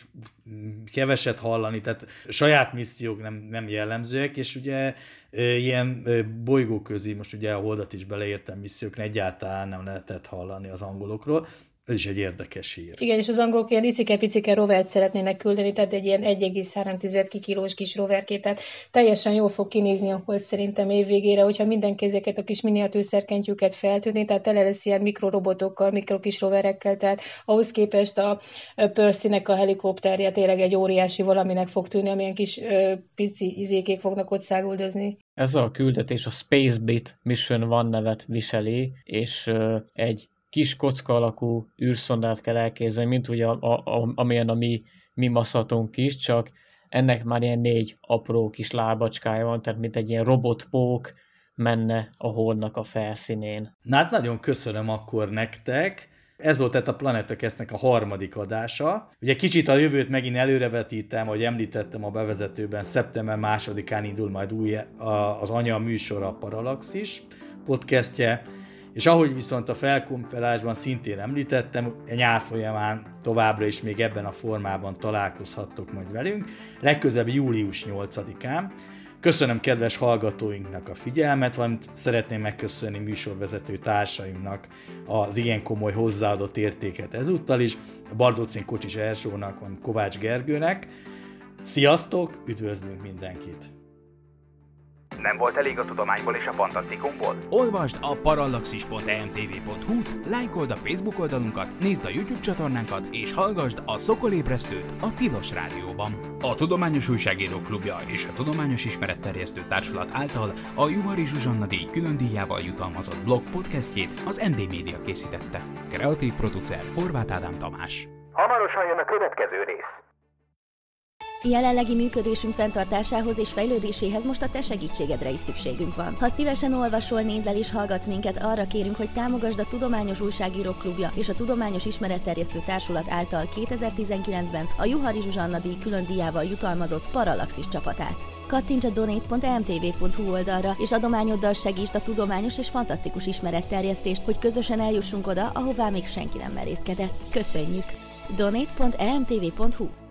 keveset hallani, tehát saját missziók nem, nem jellemzőek, és ugye e, ilyen e, bolygóközi, most ugye a Holdat is beleértem missziókra, egyáltalán nem lehetett hallani az angolokról. Ez is egy érdekes hír. Igen, és az angolok ilyen icike-picike rovert szeretnének küldeni, tehát egy ilyen egy egész három kilós kis roverkét, tehát teljesen jól fog kinézni a Hold szerintem évvégére, hogyha mindenki ezeket a kis miniatűr szerkentyűket feltűnni, tehát tele lesz ilyen mikrorobotokkal, mikrokis roverekkel, tehát ahhoz képest a Percy-nek a helikopterje tényleg egy óriási valaminek fog tűnni, amilyen kis ö, pici izékék fognak ott száguldozni. Ez a küldetés a Spacebit Mission One nevet viseli, és ö, egy kis kocka alakú űrszondát kell elképzelni, mint ugye a, a, a, amilyen a mi, mi maszatunk is, csak ennek már ilyen négy apró kis lábacskája van, tehát mint egy ilyen robotpók menne a Holdnak a felszínén. Na hát nagyon köszönöm akkor nektek. Ez volt tehát a Planetokesznek a harmadik adása. Ugye kicsit a jövőt megint előrevetítem, ahogy említettem a bevezetőben, szeptember másodikán indul majd új az anya műsora, a Parallaxis podcastje, és ahogy viszont a felkonferálásban szintén említettem, a nyár folyamán továbbra is még ebben a formában találkozhattok majd velünk, legközelebb július nyolcadikán. Köszönöm kedves hallgatóinknak a figyelmet, valamint szeretném megköszönni műsorvezető társaimnak az igen komoly hozzáadott értéket ezúttal is, a Bardócin Kocsis Erzsónak, valamint Kovács Gergőnek. Sziasztok, üdvözlünk mindenkit! Nem volt elég a tudományból és a fantasztikumból? Olvasd a parallaxis pont e m t v pont h u-t, lájkold a Facebook oldalunkat, nézd a YouTube csatornánkat, és hallgasd a Szokolébresztőt a Tilos Rádióban. A Tudományos Újságírók Klubja és a Tudományos Ismeretterjesztő Társulat által a Juhari Zsuzsanna díj külön díjával jutalmazott blog podcastjét az em dé Média készítette. Kreatív producer Horváth Ádám Tamás. Hamarosan jön a következő rész. Jelenlegi működésünk fenntartásához és fejlődéséhez most a te segítségedre is szükségünk van. Ha szívesen olvasol, nézel és hallgatsz minket, arra kérünk, hogy támogasd a Tudományos Újságírók Klubja és a Tudományos Ismeretterjesztő Társulat által kétezer-tizenkilencben a Juhari Zsuzsanna díj külön díjával jutalmazott Parallaxis csapatát. Kattints a donate pont e m t v pont h u oldalra, és adományoddal segítsd a tudományos és fantasztikus ismeretterjesztést, hogy közösen eljussunk oda, ahová még senki nem merészkedett. Köszönjük! donate pont e m t v pont h u